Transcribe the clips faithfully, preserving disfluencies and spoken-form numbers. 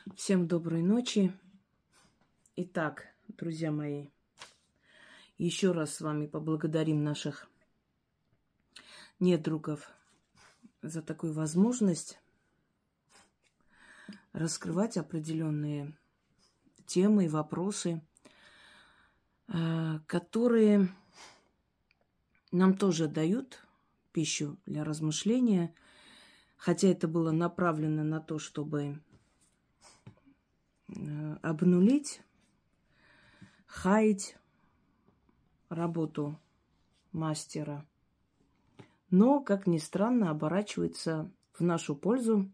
Всем доброй ночи. Итак, друзья мои, еще раз с вами поблагодарим наших недругов за такую возможность раскрывать определенные темы и вопросы, которые нам тоже дают пищу для размышления, хотя это было направлено на то, чтобы обнулить, хаять работу мастера. Но, как ни странно, оборачивается в нашу пользу,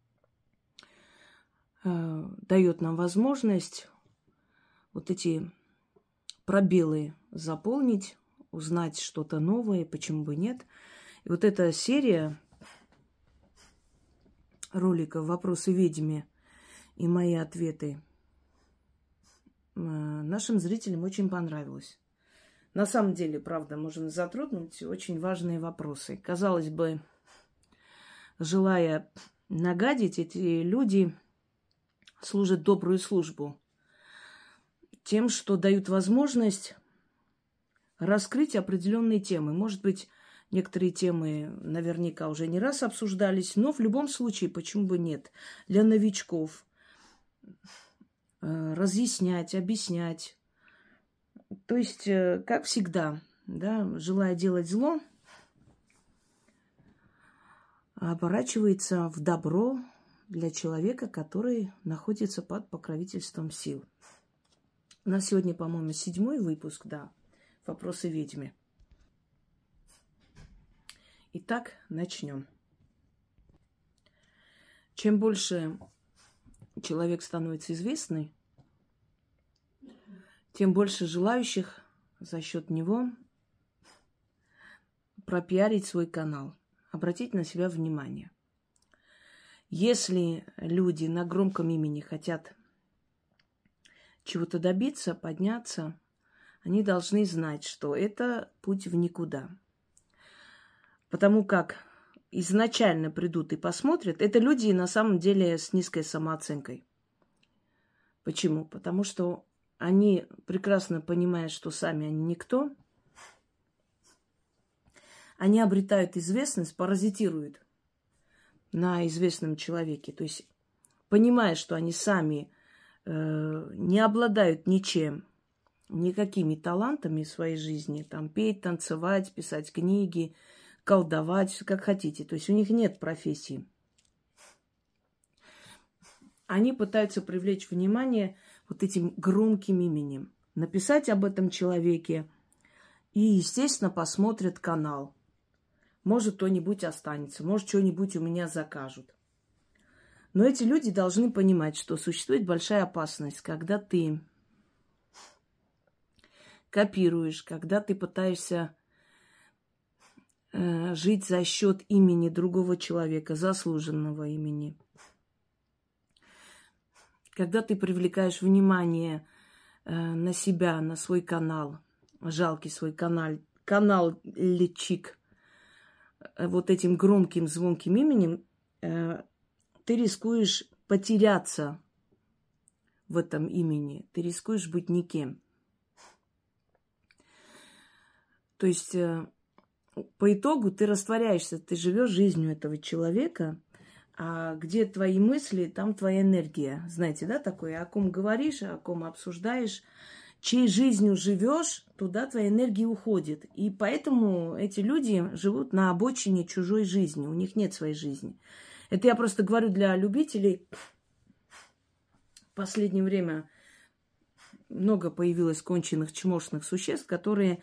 э, дает нам возможность вот эти пробелы заполнить, узнать что-то новое, почему бы нет. И вот эта серия роликов «Вопросы ведьме» и мои ответы нашим зрителям очень понравилось. На самом деле, правда, можно затронуть очень важные вопросы. Казалось бы, желая нагадить, эти люди служат добрую службу тем, что дают возможность раскрыть определенные темы. Может быть, некоторые темы наверняка уже не раз обсуждались, но в любом случае, почему бы нет, для новичков разъяснять, объяснять. То есть, как всегда, да, желая делать зло, оборачивается в добро для человека, который находится под покровительством сил. У нас сегодня, по-моему, седьмой выпуск, да, «Вопросы ведьме». Итак, начнем. Чем больше человек становится известный, тем больше желающих за счет него пропиарить свой канал, обратить на себя внимание. Если люди на громком имени хотят чего-то добиться, подняться, они должны знать, что это путь в никуда. Потому как изначально придут и посмотрят, это люди на самом деле с низкой самооценкой. Почему? Потому что они прекрасно понимают, что сами они никто. Они обретают известность, паразитируют на известном человеке. То есть, понимая, что они сами э, не обладают ничем, никакими талантами в своей жизни, там, петь, танцевать, писать книги, колдовать, как хотите. То есть у них нет профессии. Они пытаются привлечь внимание вот этим громким именем. Написать об этом человеке. И, естественно, посмотрят канал. Может, кто-нибудь останется. Может, что-нибудь у меня закажут. Но эти люди должны понимать, что существует большая опасность, когда ты копируешь, когда ты пытаешься э, жить за счет имени другого человека, заслуженного имени. Когда ты привлекаешь внимание э, на себя, на свой канал, жалкий свой канал, канал личик, э, вот этим громким, звонким именем, э, ты рискуешь потеряться в этом имени, ты рискуешь быть никем. То есть э, по итогу ты растворяешься, ты живешь жизнью этого человека. А где твои мысли, там твоя энергия. Знаете, да, такое? О ком говоришь, о ком обсуждаешь, чьей жизнью живешь, туда твоя энергия уходит. И поэтому эти люди живут на обочине чужой жизни. У них нет своей жизни. Это я просто говорю для любителей. В последнее время много появилось конченых чмошных существ, которые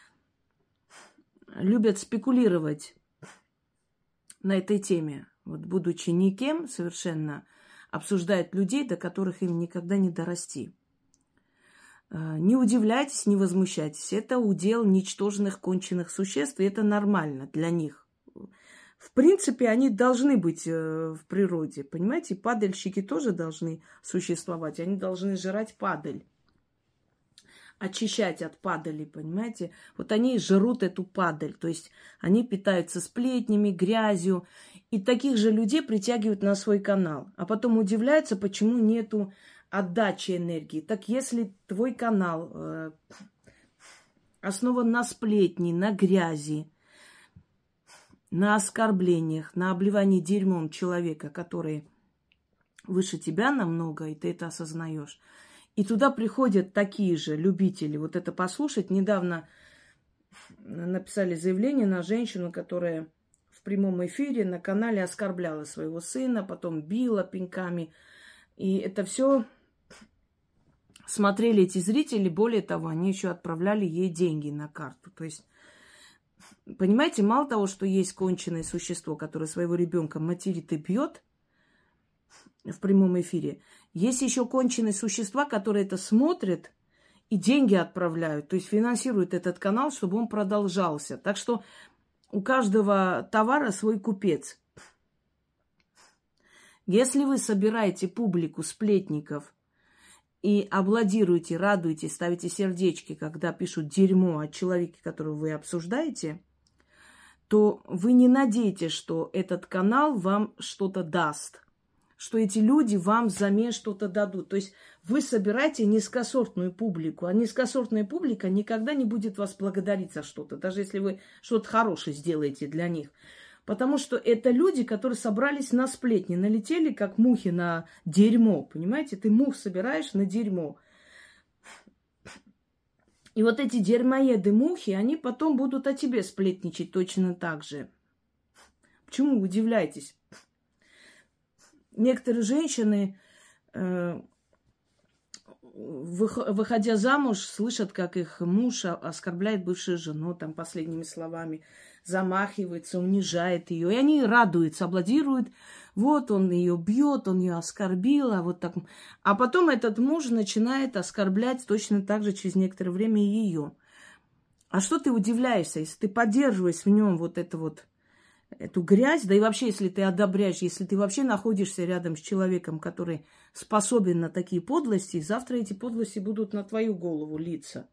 любят спекулировать на этой теме. Вот, будучи никем, совершенно обсуждают людей, до которых им никогда не дорасти. Не удивляйтесь, не возмущайтесь. Это удел ничтожных конченых существ, и это нормально для них. В принципе, они должны быть в природе. Понимаете, падальщики тоже должны существовать. Они должны жрать падаль. очищать от падали, понимаете? Вот они жрут эту падаль, то есть они питаются сплетнями, грязью. И таких же людей притягивают на свой канал. А потом удивляются, почему нету отдачи энергии. Так если твой канал э, основан на сплетни, на грязи, на оскорблениях, на обливании дерьмом человека, который выше тебя намного, и ты это осознаешь, и туда приходят такие же любители вот это послушать. Недавно написали заявление на женщину, которая в прямом эфире на канале оскорбляла своего сына, потом била пинками. И это все смотрели эти зрители. Более того, они еще отправляли ей деньги на карту. То есть, понимаете, мало того, что есть конченое существо, которое своего ребенка материт и бьет в прямом эфире, есть еще конченые существа, которые это смотрят и деньги отправляют, то есть финансируют этот канал, чтобы он продолжался. Так что у каждого товара свой купец. Если вы собираете публику сплетников и аплодируете, радуете, ставите сердечки, когда пишут дерьмо о человеке, которого вы обсуждаете, то вы не надеетесь, что этот канал вам что-то даст, что эти люди вам взамен что-то дадут. То есть вы собираете низкосортную публику, а низкосортная публика никогда не будет вас благодарить за что-то, даже если вы что-то хорошее сделаете для них. Потому что это люди, которые собрались на сплетни, налетели как мухи на дерьмо, понимаете? Ты мух собираешь на дерьмо. И вот эти дерьмоеды-мухи, они потом будут о тебе сплетничать точно так же. Почему вы удивляетесь? Некоторые женщины, э, выходя замуж, слышат, как их муж оскорбляет бывшую жену, там, последними словами, замахивается, унижает ее. И они радуются, аплодируют. Вот он ее бьет, он ее оскорбил, а вот так. А потом этот муж начинает оскорблять точно так же через некоторое время ее. А что ты удивляешься, если ты поддерживаешь в нем вот это вот, эту грязь, да и вообще, если ты одобряешь, если ты вообще находишься рядом с человеком, который способен на такие подлости, завтра эти подлости будут на твою голову литься.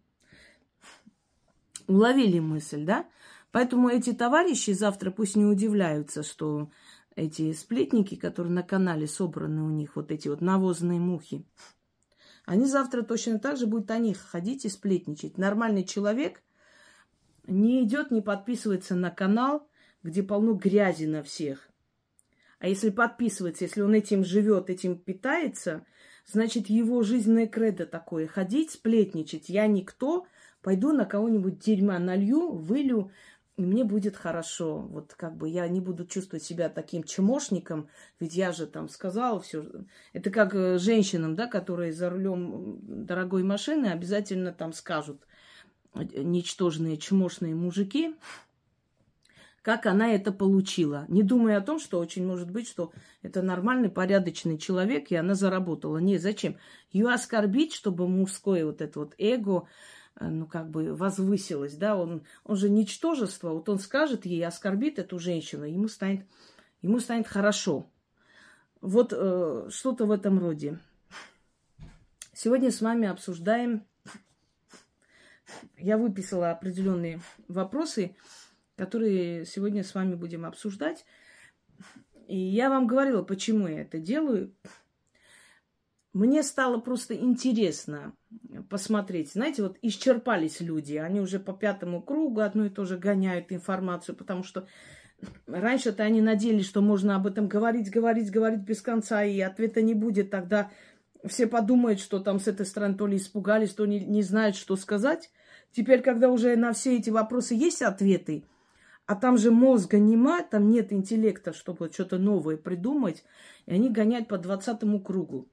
Уловили мысль, да? Поэтому эти товарищи завтра пусть не удивляются, что эти сплетники, которые на канале собраны у них, вот эти вот навозные мухи, они завтра точно так же будут о них ходить и сплетничать. Нормальный человек не идет, не подписывается на канал, где полно грязи на всех. А если подписывается, если он этим живет, этим питается, значит, его жизненное кредо такое. Ходить, сплетничать. Я никто, пойду на кого-нибудь дерьма налью, вылью, и мне будет хорошо. Вот как бы я не буду чувствовать себя таким чмошником, ведь я же там сказала все. Это как женщинам, да, которые за рулем дорогой машины обязательно там скажут, ничтожные чмошные мужики, как она это получила. Не думая о том, что очень может быть, что это нормальный, порядочный человек, и она заработала. Нет, зачем? Ее оскорбить, чтобы мужское вот это вот эго, ну, как бы возвысилось, да, он, он же ничтожество, вот он скажет ей, оскорбит эту женщину, ему станет, ему станет хорошо. Вот э, что-то в этом роде. Сегодня с вами обсуждаем, я выписала определенные вопросы, которые сегодня с вами будем обсуждать. И я вам говорила, почему я это делаю. Мне стало просто интересно посмотреть. Знаете, вот исчерпались люди. Они уже по пятому кругу одно и то же гоняют информацию, потому что раньше-то они надеялись, что можно об этом говорить, говорить, говорить без конца, и ответа не будет. Тогда все подумают, что там с этой стороны то ли испугались, то не, не знают, что сказать. Теперь, когда уже на все эти вопросы есть ответы, а там же мозга нема, там нет интеллекта, чтобы что-то новое придумать, и они гоняют по двадцатому кругу.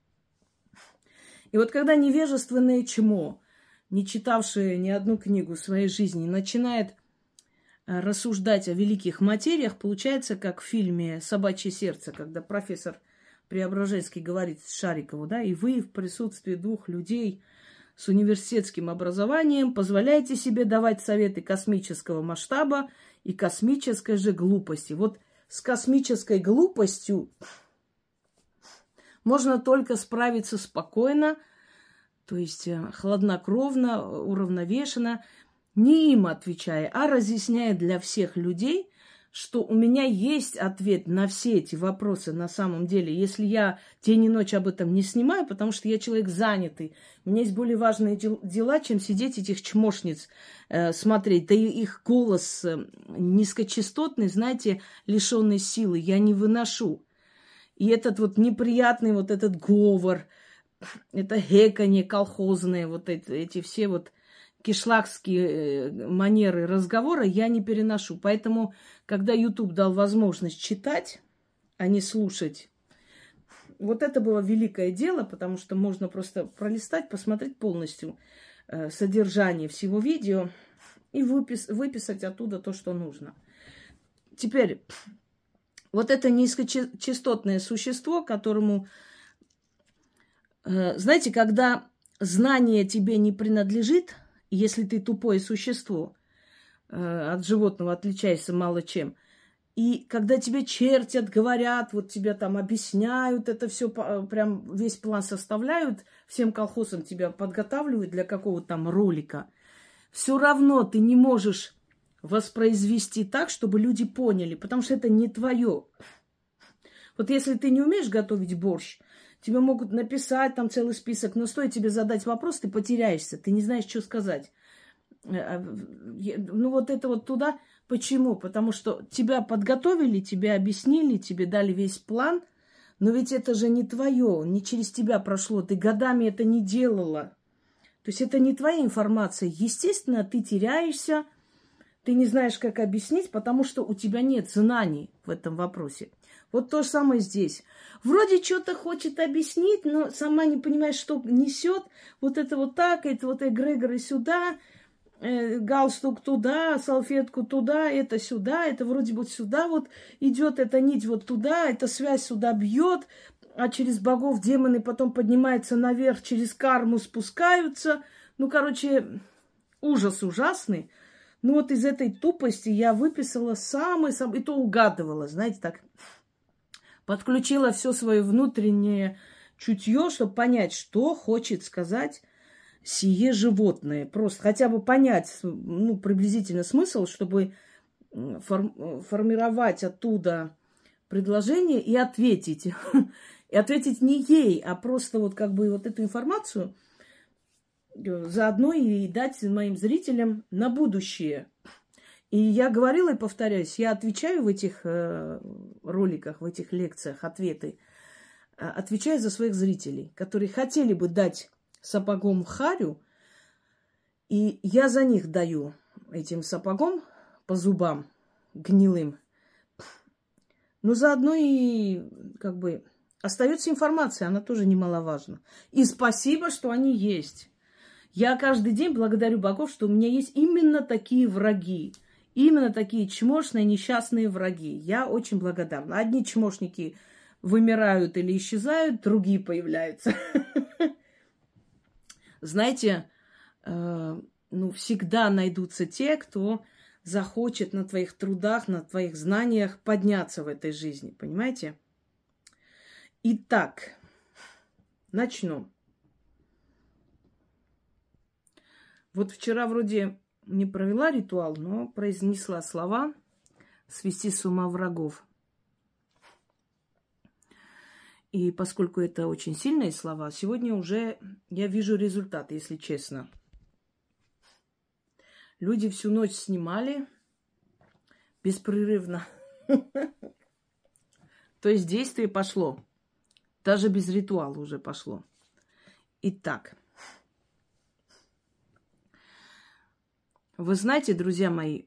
И вот когда невежественное чмо, не читавшее ни одну книгу в своей жизни, начинает рассуждать о великих материях, получается, как в фильме «Собачье сердце», когда профессор Преображенский говорит Шарикову, да, и вы в присутствии двух людей с университетским образованием позволяете себе давать советы космического масштаба и космической же глупости. Вот с космической глупостью можно только справиться спокойно, То есть э, хладнокровно, уравновешенно, не им отвечая, а разъясняя для всех людей, что у меня есть ответ на все эти вопросы на самом деле. Если я день и ночь об этом не снимаю, потому что я человек занятый, у меня есть более важные дел- дела, чем сидеть этих чмошниц э, смотреть. Да и их голос э, низкочастотный, знаете, лишенный силы, я не выношу. И этот вот неприятный вот этот говор, это гэканье колхозное, вот эти, эти все вот кишлакские манеры разговора я не переношу. Поэтому, когда YouTube дал возможность читать, а не слушать, вот это было великое дело, потому что можно просто пролистать, посмотреть полностью э, содержание всего видео и выпис- выписать оттуда то, что нужно. Теперь, вот это низкочастотное существо, которому, э, знаете, когда знание тебе не принадлежит, если ты тупое существо, э, от животного отличаешься мало чем, и когда тебе чертят, говорят, вот тебя там объясняют, это все прям весь план составляют, всем колхозам тебя подготавливают для какого-то там ролика, все равно ты не можешь воспроизвести так, чтобы люди поняли, потому что это не твое. Вот если ты не умеешь готовить борщ, тебе могут написать там целый список, но стоит тебе задать вопрос, ты потеряешься, ты не знаешь, что сказать. Ну вот это вот туда. Почему? Потому что тебя подготовили, тебе объяснили, тебе дали весь план, но ведь это же не твое, не через тебя прошло, ты годами это не делала. То есть это не твоя информация. Естественно, ты теряешься, ты не знаешь, как объяснить, потому что у тебя нет знаний в этом вопросе. Вот то же самое здесь. Вроде что-то хочет объяснить, но сама не понимает, что несет. Вот это вот так, это вот эгрегоры сюда, э, галстук туда, салфетку туда, это сюда, это вроде бы сюда вот идет, эта нить вот туда, эта связь сюда бьет, а через богов демоны потом поднимаются наверх, через карму спускаются. Ну, короче, ужас ужасный. Ну, вот из этой тупости я выписала самый-самый, и то угадывала, знаете, так... Подключила все свое внутреннее чутье, чтобы понять, что хочет сказать сие животное. Просто хотя бы понять, ну, приблизительно смысл, чтобы фор- формировать оттуда предложение и ответить. И ответить не ей, а просто вот как бы вот эту информацию заодно и дать моим зрителям на будущее. И я говорила и повторяюсь, я отвечаю в этих э, роликах, в этих лекциях, ответы, э, отвечаю за своих зрителей, которые хотели бы дать сапогом харю, и я за них даю этим сапогом по зубам гнилым. Но заодно и как бы остается информация, она тоже немаловажна. И спасибо, что они есть. Я каждый день благодарю богов, что у меня есть именно такие враги. Именно такие чмошные, несчастные враги. Я очень благодарна. Одни чмошники вымирают или исчезают, другие появляются. Знаете, ну, всегда найдутся те, кто захочет на твоих трудах, на твоих знаниях подняться в этой жизни. Понимаете? Итак, начну. Вот вчера вроде... не провела ритуал, но произнесла слова «свести с ума врагов». И поскольку это очень сильные слова, сегодня уже я вижу результат, если честно. Люди всю ночь снимали беспрерывно. То есть действие пошло. Даже без ритуала уже пошло. Итак. Вы знаете, друзья мои,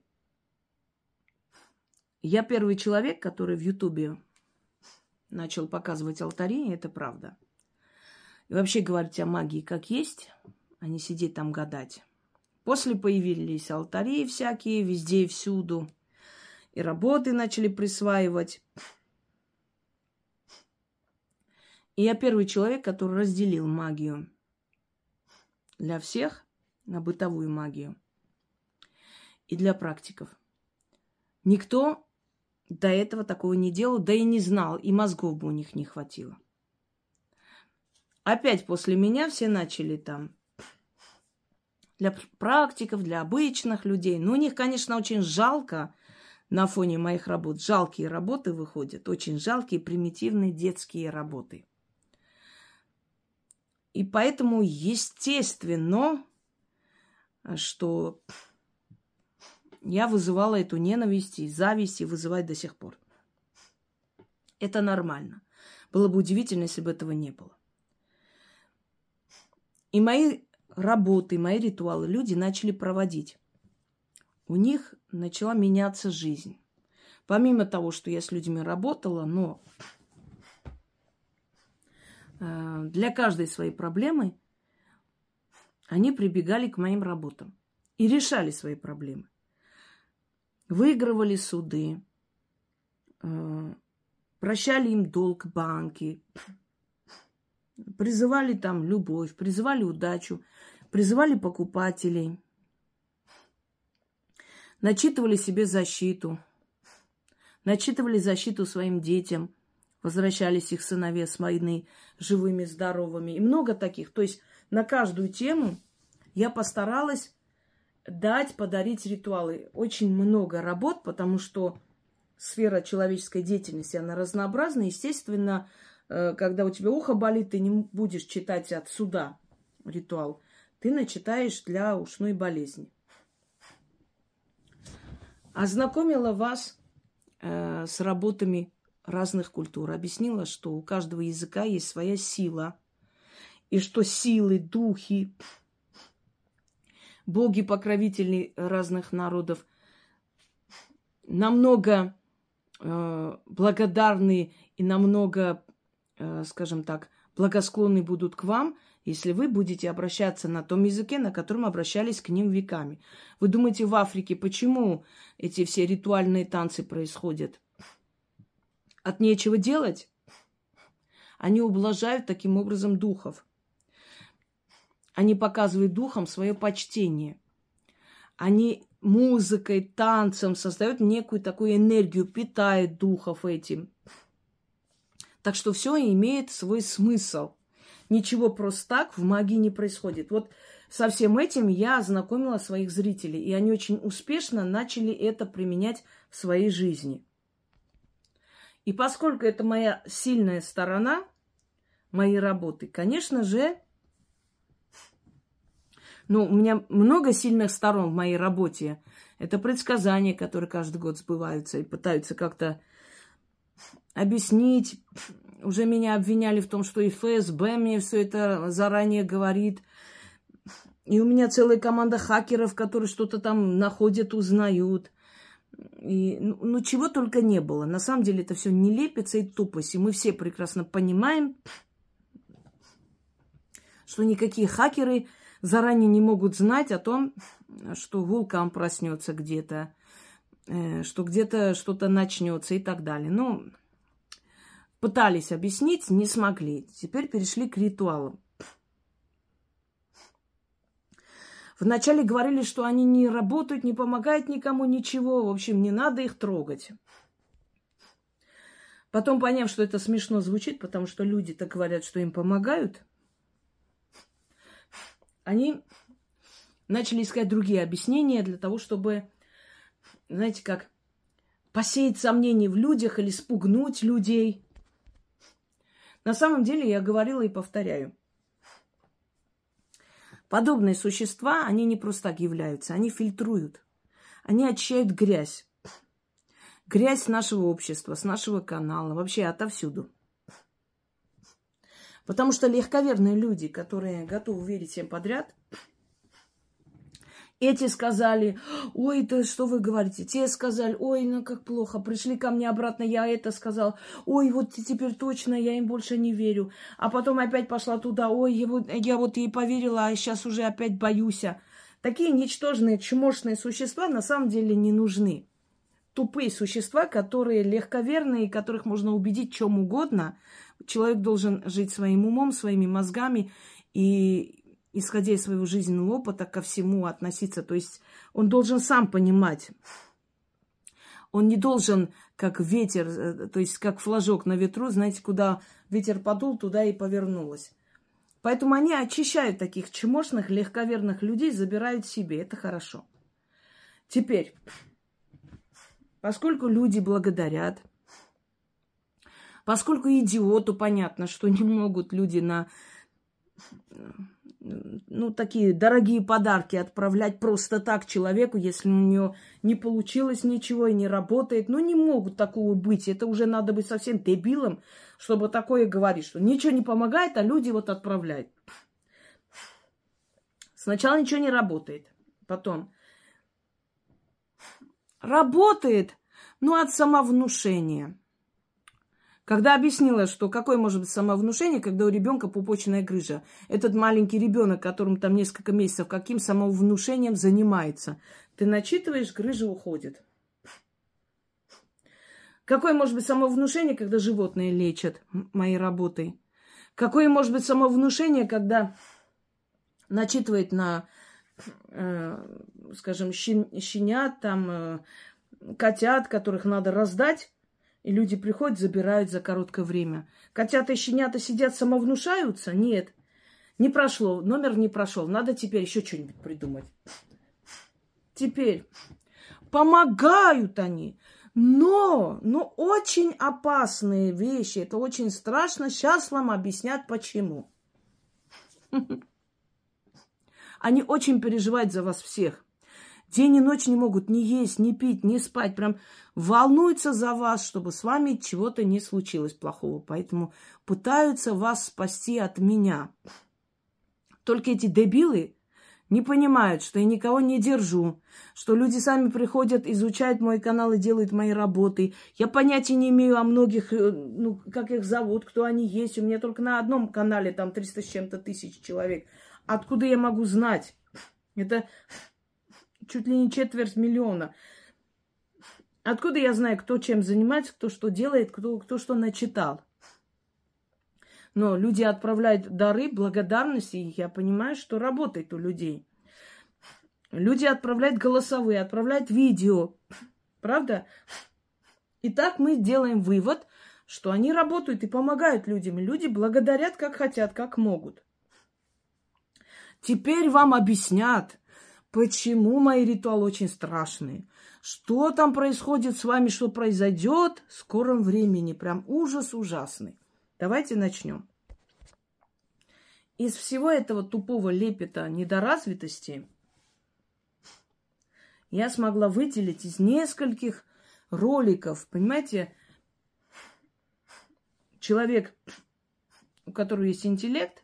я первый человек, который в Ютубе начал показывать алтари, это правда. И вообще говорить о магии как есть, а не сидеть там гадать. После появились алтари всякие, везде и всюду. И работы начали присваивать. И я первый человек, который разделил магию для всех на бытовую магию и для практиков. Никто до этого такого не делал, да и не знал, и мозгов бы у них не хватило. опять после меня все начали там для практиков, для обычных людей. Но у них, конечно, очень жалко на фоне моих работ. Жалкие работы выходят. Очень жалкие, примитивные детские работы. И поэтому, естественно, что я вызывала эту ненависть и зависть, и вызываю до сих пор. Это нормально. Было бы удивительно, если бы этого не было. И мои работы, мои ритуалы люди начали проводить. У них начала меняться жизнь. Помимо того, что я с людьми работала, но для каждой своей проблемы они прибегали к моим работам и решали свои проблемы. Выигрывали суды, прощали им долг банки, призывали там любовь, призывали удачу, призывали покупателей, начитывали себе защиту, начитывали защиту своим детям, возвращались их сыновья с войны живыми, здоровыми. И много таких. То есть на каждую тему я постаралась дать, подарить ритуалы. Очень много работ, потому что сфера человеческой деятельности, она разнообразна. Естественно, когда у тебя ухо болит, ты не будешь читать от суда ритуал. Ты начитаешь для ушной болезни. Ознакомила вас э, с работами разных культур. Объяснила, что у каждого языка есть своя сила. И что силы, духи, боги-покровители разных народов намного э, благодарны и намного, э, скажем так, благосклонны будут к вам, если вы будете обращаться на том языке, на котором обращались к ним веками. Вы думаете, в Африке почему эти все ритуальные танцы происходят? От нечего делать? Они ублажают таким образом духов. Они показывают духам свое почтение. Они музыкой, танцем создают некую такую энергию, питают духов этим. Так что все имеет свой смысл. Ничего просто так в магии не происходит. Вот со всем этим я ознакомила своих зрителей, и они очень успешно начали это применять в своей жизни. И поскольку это моя сильная сторона, моей работы, конечно же, ну, у меня много сильных сторон в моей работе. Это предсказания, которые каждый год сбываются и пытаются как-то объяснить. Уже меня обвиняли в том, что и эф эс бэ мне все это заранее говорит. И у меня целая команда хакеров, которые что-то там находят, узнают. И, ну, ну, чего только не было. На самом деле это все нелепица и тупость. И мы все прекрасно понимаем, что никакие хакеры заранее не могут знать о том, что вулкан проснется где-то, что где-то что-то начнется и так далее. Ну, пытались объяснить, не смогли. Теперь перешли к ритуалам. Вначале говорили, что они не работают, не помогают никому, ничего. В общем, не надо их трогать. Потом, поняв, что это смешно звучит, потому что люди-то говорят, что им помогают, они начали искать другие объяснения для того, чтобы, знаете, как посеять сомнения в людях или спугнуть людей. На самом деле, я говорила и повторяю. Подобные существа, они не просто так являются, они фильтруют. Они очищают грязь. Грязь с нашего общества, с нашего канала, вообще отовсюду. Потому что легковерные люди, которые готовы верить всем подряд, эти сказали, ой, да что вы говорите? Те сказали, ой, ну как плохо, пришли ко мне обратно, я это сказал. Ой, вот теперь точно я им больше не верю. А потом опять пошла туда, ой, я вот, я вот ей поверила, а сейчас уже опять боюсь. Такие ничтожные, чмошные существа на самом деле не нужны. Тупые существа, которые легковерные, которых можно убедить чем угодно. Человек должен жить своим умом, своими мозгами и, исходя из своего жизненного опыта, ко всему относиться. То есть он должен сам понимать. Он не должен, как ветер, то есть как флажок на ветру, знаете, куда ветер подул, туда и повернулось. Поэтому они очищают таких чмошных, легковерных людей, забирают себе. Это хорошо. Теперь, поскольку люди благодарят, поскольку идиоту понятно, что не могут люди на ну, такие дорогие подарки отправлять просто так человеку, если у него не получилось ничего и не работает. Ну, не могут такого быть. Это уже надо быть совсем дебилом, чтобы такое говорить, что ничего не помогает, а люди вот отправляют. Сначала ничего не работает. Потом работает, но от самовнушения. Когда объяснила, что какое может быть самовнушение, когда у ребенка пупочная грыжа. Этот маленький ребенок, которому там несколько месяцев, каким самовнушением занимается. Ты начитываешь, грыжа уходит. Какое может быть самовнушение, когда животные лечат моей работой? Какое может быть самовнушение, когда начитывает на, э, скажем, щенят, там, э, котят, которых надо раздать, и люди приходят, забирают за короткое время. Котята и щенята сидят, самовнушаются? Нет. Не прошло, номер не прошел. Надо теперь еще что-нибудь придумать. Теперь помогают они, но, но очень опасные вещи. Это очень страшно. Сейчас вам объяснят, почему. Они очень переживают за вас всех. День и ночь не могут ни есть, ни пить, ни спать. Прям волнуются за вас, чтобы с вами чего-то не случилось плохого. Поэтому пытаются вас спасти от меня. Только эти дебилы не понимают, что я никого не держу, что люди сами приходят, изучают мой канал и делают мои работы. Я понятия не имею о многих, ну, как их зовут, кто они есть. У меня только на одном канале там триста с чем-то тысяч человек. Откуда я могу знать? Это чуть ли не четверть миллиона. Откуда я знаю, кто чем занимается, кто что делает, кто, кто что начитал? Но люди отправляют дары, благодарности, и я понимаю, что работает у людей. Люди отправляют голосовые, отправляют видео. Правда? И так мы делаем вывод, что они работают и помогают людям. И люди благодарят, как хотят, как могут. Теперь вам объяснят, почему мои ритуалы очень страшные. Что там происходит с вами, что произойдет в скором времени. Прям ужас ужасный. Давайте начнем. Из всего этого тупого лепета недоразвитости я смогла выделить из нескольких роликов. Понимаете, человек, у которого есть интеллект,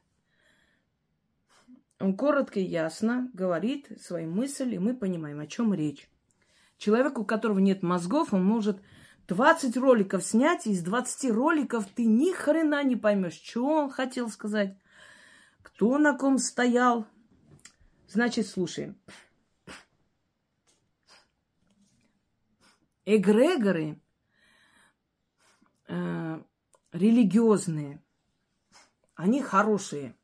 он коротко и ясно говорит свои мысли, и мы понимаем, о чем речь. Человек, у которого нет мозгов, он может двадцать роликов снять, и из двадцати роликов ты ни хрена не поймешь, что он хотел сказать, кто на ком стоял. Значит, слушаем. Эгрегоры э, религиозные, они хорошие.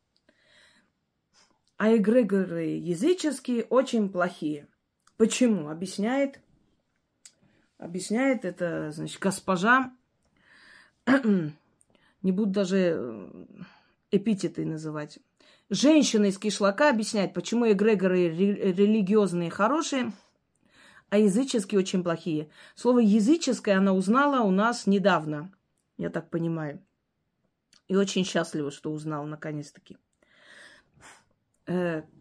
А эгрегоры языческие очень плохие. Почему? Объясняет. Объясняет это, значит, госпожа. Не буду даже эпитеты называть. Женщина из кишлака объясняет, почему эгрегоры религиозные хорошие, а языческие очень плохие. Слово языческое она узнала у нас недавно, я так понимаю. И очень счастлива, что узнала наконец-таки. Э,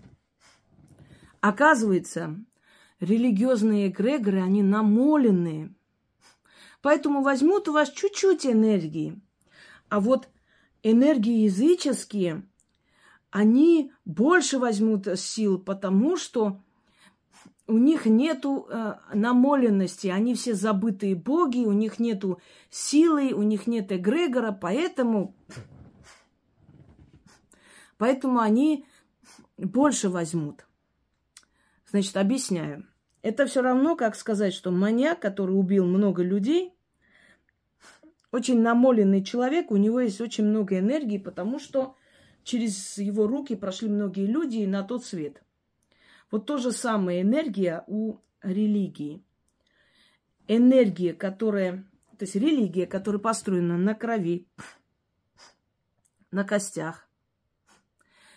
оказывается, религиозные эгрегоры, они намоленные. Поэтому возьмут у вас чуть-чуть энергии. А вот энергии языческие, они больше возьмут сил, потому что у них нету э, намоленности. Они все забытые боги, у них нету силы, у них нет эгрегора, поэтому, поэтому они больше возьмут. Значит, объясняю. Это все равно, как сказать, что маньяк, который убил много людей, очень намоленный человек, у него есть очень много энергии, потому что через его руки прошли многие люди на тот свет. Вот то же самое энергия у религии. Энергия, которая, то есть религия, которая построена на крови, на костях,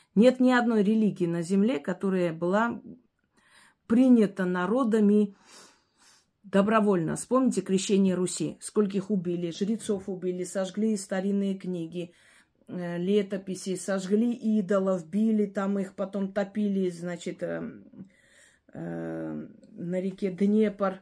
Нет ни одной религии на земле, которая была принята народами добровольно. Вспомните крещение Руси. Скольких убили, жрецов убили, сожгли старинные книги, летописи, сожгли идолов, били там их, потом топили, значит, э, э, на реке Днепр.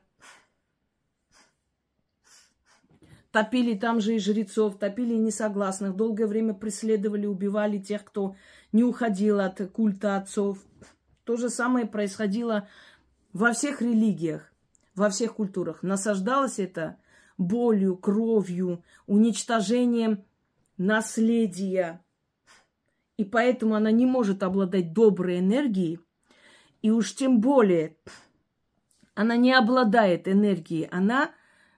Топили там же и жрецов, топили и несогласных. Долгое время преследовали, убивали тех, кто не уходил от культа отцов. То же самое происходило во всех религиях, во всех культурах. Насаждалось это болью, кровью, уничтожением наследия. И поэтому она не может обладать доброй энергией. И уж тем более она не обладает энергией. Она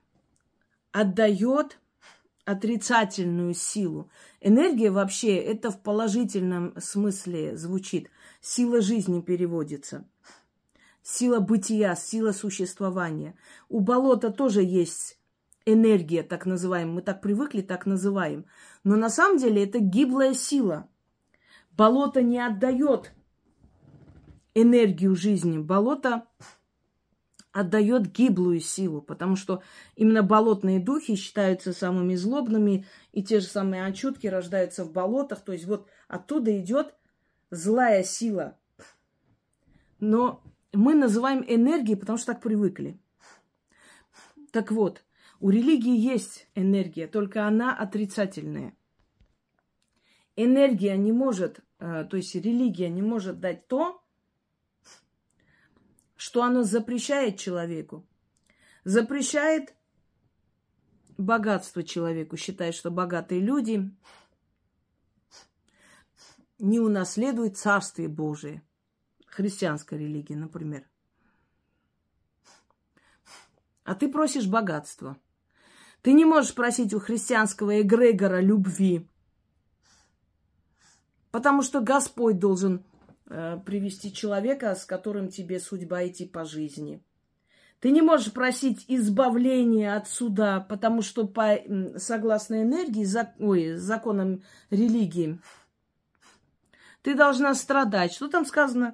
отдает отрицательную силу. Энергия вообще, это в положительном смысле звучит. Сила жизни переводится. Сила бытия, сила существования. У болота тоже есть энергия, так называемая. Мы так привыкли, так называем. Но на самом деле это гиблая сила. Болото не отдает энергию жизни. Болото отдает гиблую силу, потому что именно болотные духи считаются самыми злобными, и те же самые анчутки рождаются в болотах. То есть вот оттуда идет злая сила. Но мы называем энергией, потому что так привыкли. Так вот, у религии есть энергия, только она отрицательная. Энергия не может, то есть религия не может дать то, что оно запрещает человеку. Запрещает богатство человеку. Считает, что богатые люди не унаследуют Царствие Божие. Христианская религия, например. А ты просишь богатства. Ты не можешь просить у христианского эгрегора любви. Потому что Господь должен э, привести человека, с которым тебе судьба идти по жизни. Ты не можешь просить избавления от суда, потому что по, согласно энергии, зак, ой, законам религии, ты должна страдать. Что там сказано?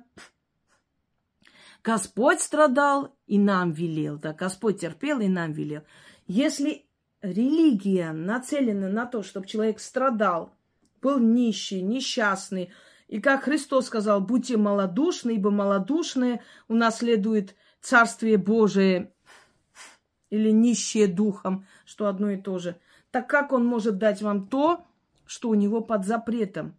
Господь страдал и нам велел. Да, Господь терпел и нам велел. Если религия нацелена на то, чтобы человек страдал, был нищий, несчастный, и как Христос сказал, будьте малодушны, ибо малодушные унаследуют Царствие Божие, или нищие духом, что одно и то же. Так как он может дать вам то, что у него под запретом?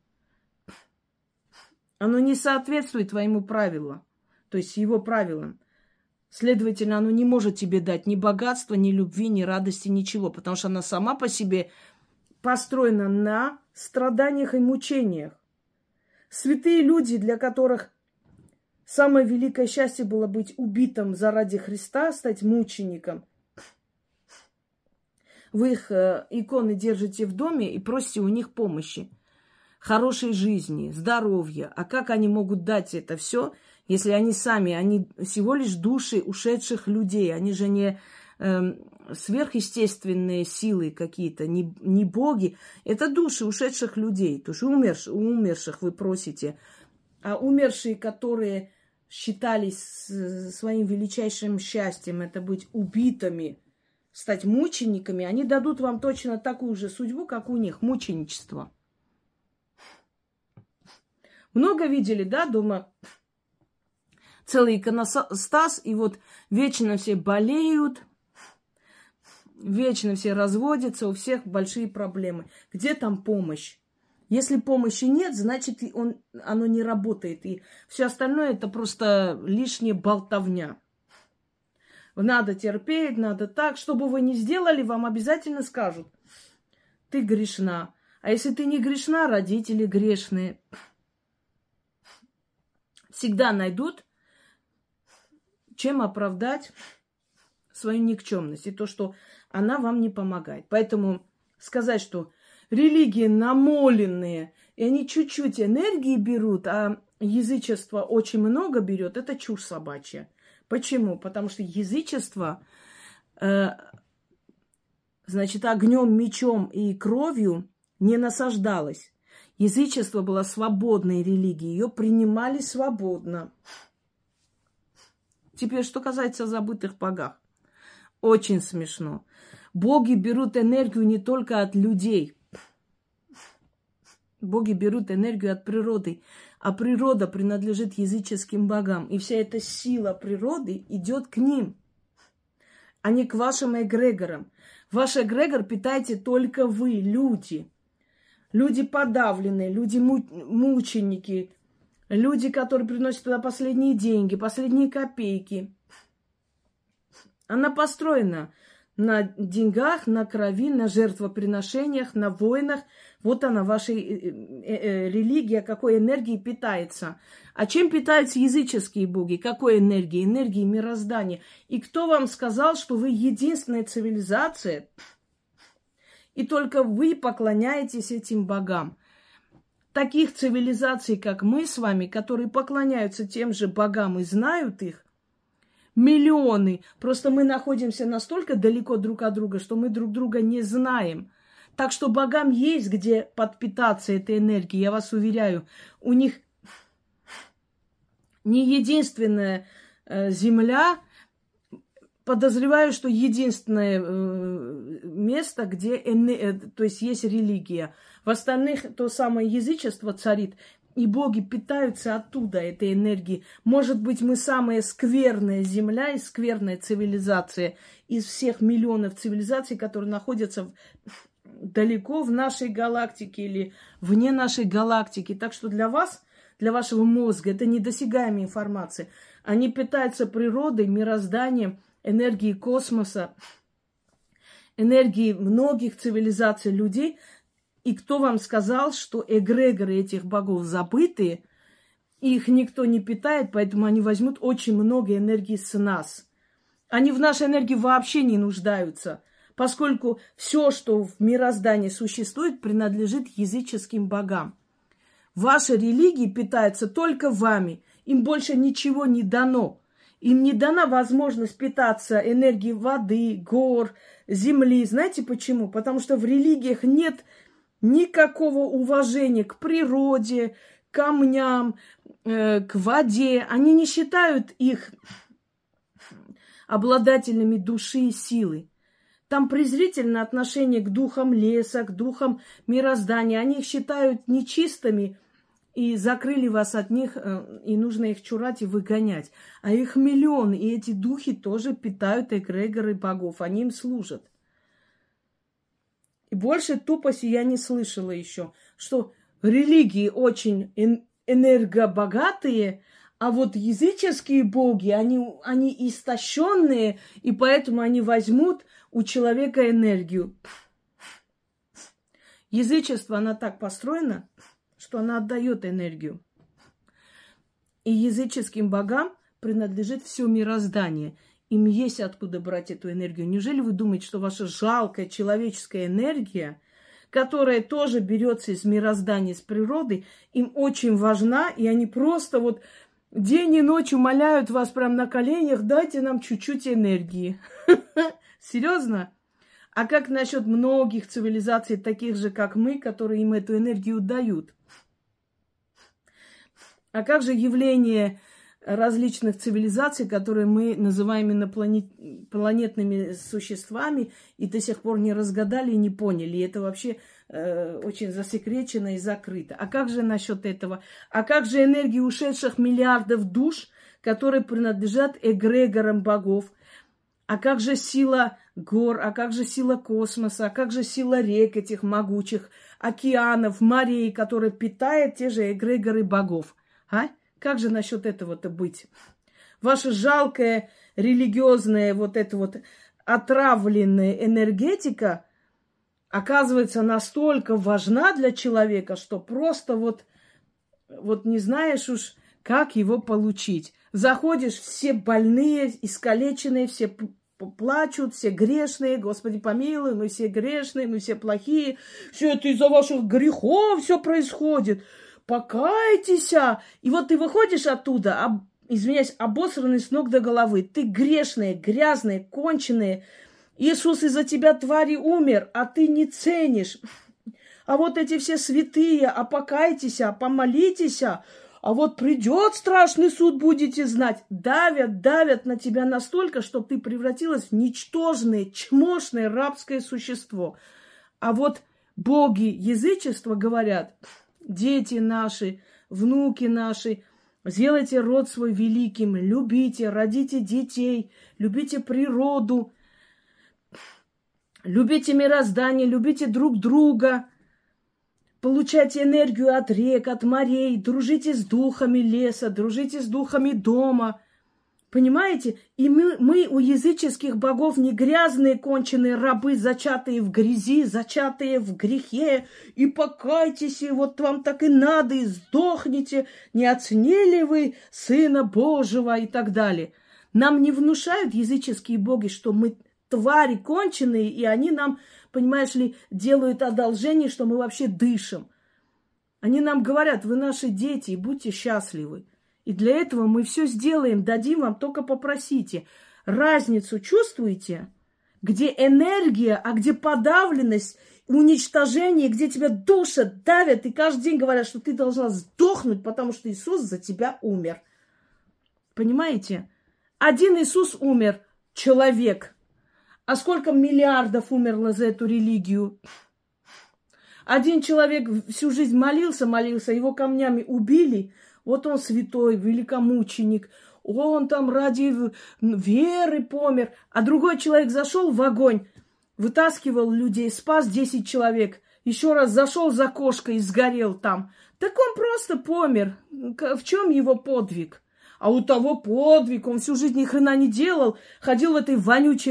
Оно не соответствует твоему правилу, то есть его правилам. Следовательно, оно не может тебе дать ни богатства, ни любви, ни радости, ничего, потому что она сама по себе построена на страданиях и мучениях. Святые люди, для которых самое великое счастье было быть убитым заради Христа, стать мучеником. Вы их э, иконы держите в доме и просите у них помощи, хорошей жизни, здоровья. А как они могут дать это все, если они сами, они всего лишь души ушедших людей, они же не э, сверхъестественные силы какие-то, не, не боги. Это души ушедших людей, то есть умерш, у умерших вы просите. А умершие, которые считались своим величайшим счастьем, это быть убитыми, стать мучениками, они дадут вам точно такую же судьбу, как у них, мученичество. Много видели, да, дома целый иконостас, и вот вечно все болеют, вечно все разводятся, у всех большие проблемы. Где там помощь? Если помощи нет, значит, он, оно не работает. И все остальное это просто лишняя болтовня. Надо терпеть, надо так. Что бы вы ни сделали, вам обязательно скажут. Ты грешна. А если ты не грешна, родители грешные. Всегда найдут, чем оправдать свою никчемность. И то, что она вам не помогает. Поэтому сказать, что религии намоленные, и они чуть-чуть энергии берут, а язычество очень много берет, это чушь собачья. Почему? Потому что язычество, э, значит, огнем, мечом и кровью не насаждалось. Язычество было свободной религией, ее принимали свободно. Теперь, что касается забытых богах. Очень смешно. Боги берут энергию не только от людей. Боги берут энергию от природы. А природа принадлежит языческим богам. И вся эта сила природы идет к ним, а не к вашим эгрегорам. Ваш эгрегор питаете только вы, люди. Люди подавленные, люди мученики, люди, которые приносят туда последние деньги, последние копейки. Она построена на деньгах, на крови, на жертвоприношениях, на войнах. Вот она, ваша религия, какой энергией питается. А чем питаются языческие боги? Какой энергией? Энергией мироздания. И кто вам сказал, что вы единственная цивилизация, и только вы поклоняетесь этим богам? Таких цивилизаций, как мы с вами, которые поклоняются тем же богам и знают их, миллионы. Просто мы находимся настолько далеко друг от друга, что мы друг друга не знаем. Так что богам есть где подпитаться этой энергией, я вас уверяю. У них не единственная э, земля, подозреваю, что единственное э, место, где э, то есть есть религия. В остальных то самое язычество царит. И боги питаются оттуда, этой энергией. Может быть, мы самая скверная земля и скверная цивилизация из всех миллионов цивилизаций, которые находятся далеко в нашей галактике или вне нашей галактики. Так что для вас, для вашего мозга, это недосягаемая информация. Они питаются природой, мирозданием, энергией космоса, энергией многих цивилизаций людей. И кто вам сказал, что эгрегоры этих богов забытые, их никто не питает, поэтому они возьмут очень много энергии с нас. Они в нашей энергии вообще не нуждаются, поскольку все, что в мироздании существует, принадлежит языческим богам. Ваша религия питается только вами, им больше ничего не дано. Им не дана возможность питаться энергией воды, гор, земли. Знаете почему? Потому что в религиях нет никакого уважения к природе, к камням, э, к воде. Они не считают их обладателями души и силы. Там презрительное отношение к духам леса, к духам мироздания. Они их считают нечистыми и закрыли вас от них, э, и нужно их чурать и выгонять. А их миллионы, и эти духи тоже питают эгрегоры богов. Они им служат. И больше тупости я не слышала еще, что религии очень энергобогатые, а вот языческие боги, они, они истощенные, и поэтому они возьмут у человека энергию. Язычество, она так построена, что она отдает энергию. И языческим богам принадлежит все мироздание. Им есть откуда брать эту энергию. Неужели вы думаете, что ваша жалкая человеческая энергия, которая тоже берется из мироздания, из природы, им очень важна, и они просто вот день и ночь умоляют вас прямо на коленях, дайте нам чуть-чуть энергии. Серьезно? А как насчет многих цивилизаций, таких же, как мы, которые им эту энергию дают? А как же явление различных цивилизаций, которые мы называем инопланетными существами и до сих пор не разгадали и не поняли. И это вообще э, очень засекречено и закрыто. А как же насчет этого? А как же энергии ушедших миллиардов душ, которые принадлежат эгрегорам богов? А как же сила гор? А как же сила космоса? А как же сила рек этих могучих, океанов, морей, которые питают те же эгрегоры богов? А? Как же насчет этого-то быть? Ваша жалкая религиозная вот эта вот отравленная энергетика оказывается настолько важна для человека, что просто вот, вот не знаешь уж, как его получить. Заходишь, все больные, искалеченные, все плачут, все грешные. Господи, помилуй, мы все грешные, мы все плохие. Все это из-за ваших грехов все происходит. Покайтесь. И вот ты выходишь оттуда, об, извиняюсь, обосранный с ног до головы. Ты грешный, грязный, конченый. Иисус из-за тебя, твари, умер, а ты не ценишь. а вот эти все святые, а покайтесь, а помолитесь, а вот придет страшный суд, будете знать. Давят, давят на тебя настолько, чтобы ты превратилась в ничтожное, чмошное рабское существо. А вот боги язычества говорят: дети наши, внуки наши, сделайте род свой великим, любите, родите детей, любите природу, любите мироздание, любите друг друга, получайте энергию от рек, от морей, дружите с духами леса, дружите с духами дома. Понимаете? И мы, мы у языческих богов не грязные, конченые рабы, зачатые в грязи, зачатые в грехе. И покайтесь, и вот вам так и надо, и сдохните. Не оценили вы Сына Божьего и так далее. Нам не внушают языческие боги, что мы твари конченые, и они нам, понимаешь ли, делают одолжение, что мы вообще дышим. Они нам говорят: вы наши дети, и будьте счастливы. И для этого мы все сделаем, дадим вам, только попросите. Разницу чувствуете? Где энергия, а где подавленность, уничтожение, где тебя душат, давят, и каждый день говорят, что ты должна сдохнуть, потому что Иисус за тебя умер. Понимаете? Один Иисус умер, человек. А сколько миллиардов умерло за эту религию? Один человек всю жизнь молился, молился, его камнями убили. Вот он святой, великомученик, он там ради веры помер. А другой человек зашел в огонь, вытаскивал людей, спас десять человек. Еще раз зашел за кошкой и сгорел там. Так он просто помер. В чем его подвиг? А у того подвиг, он всю жизнь ни хрена не делал. Ходил в этой вонючей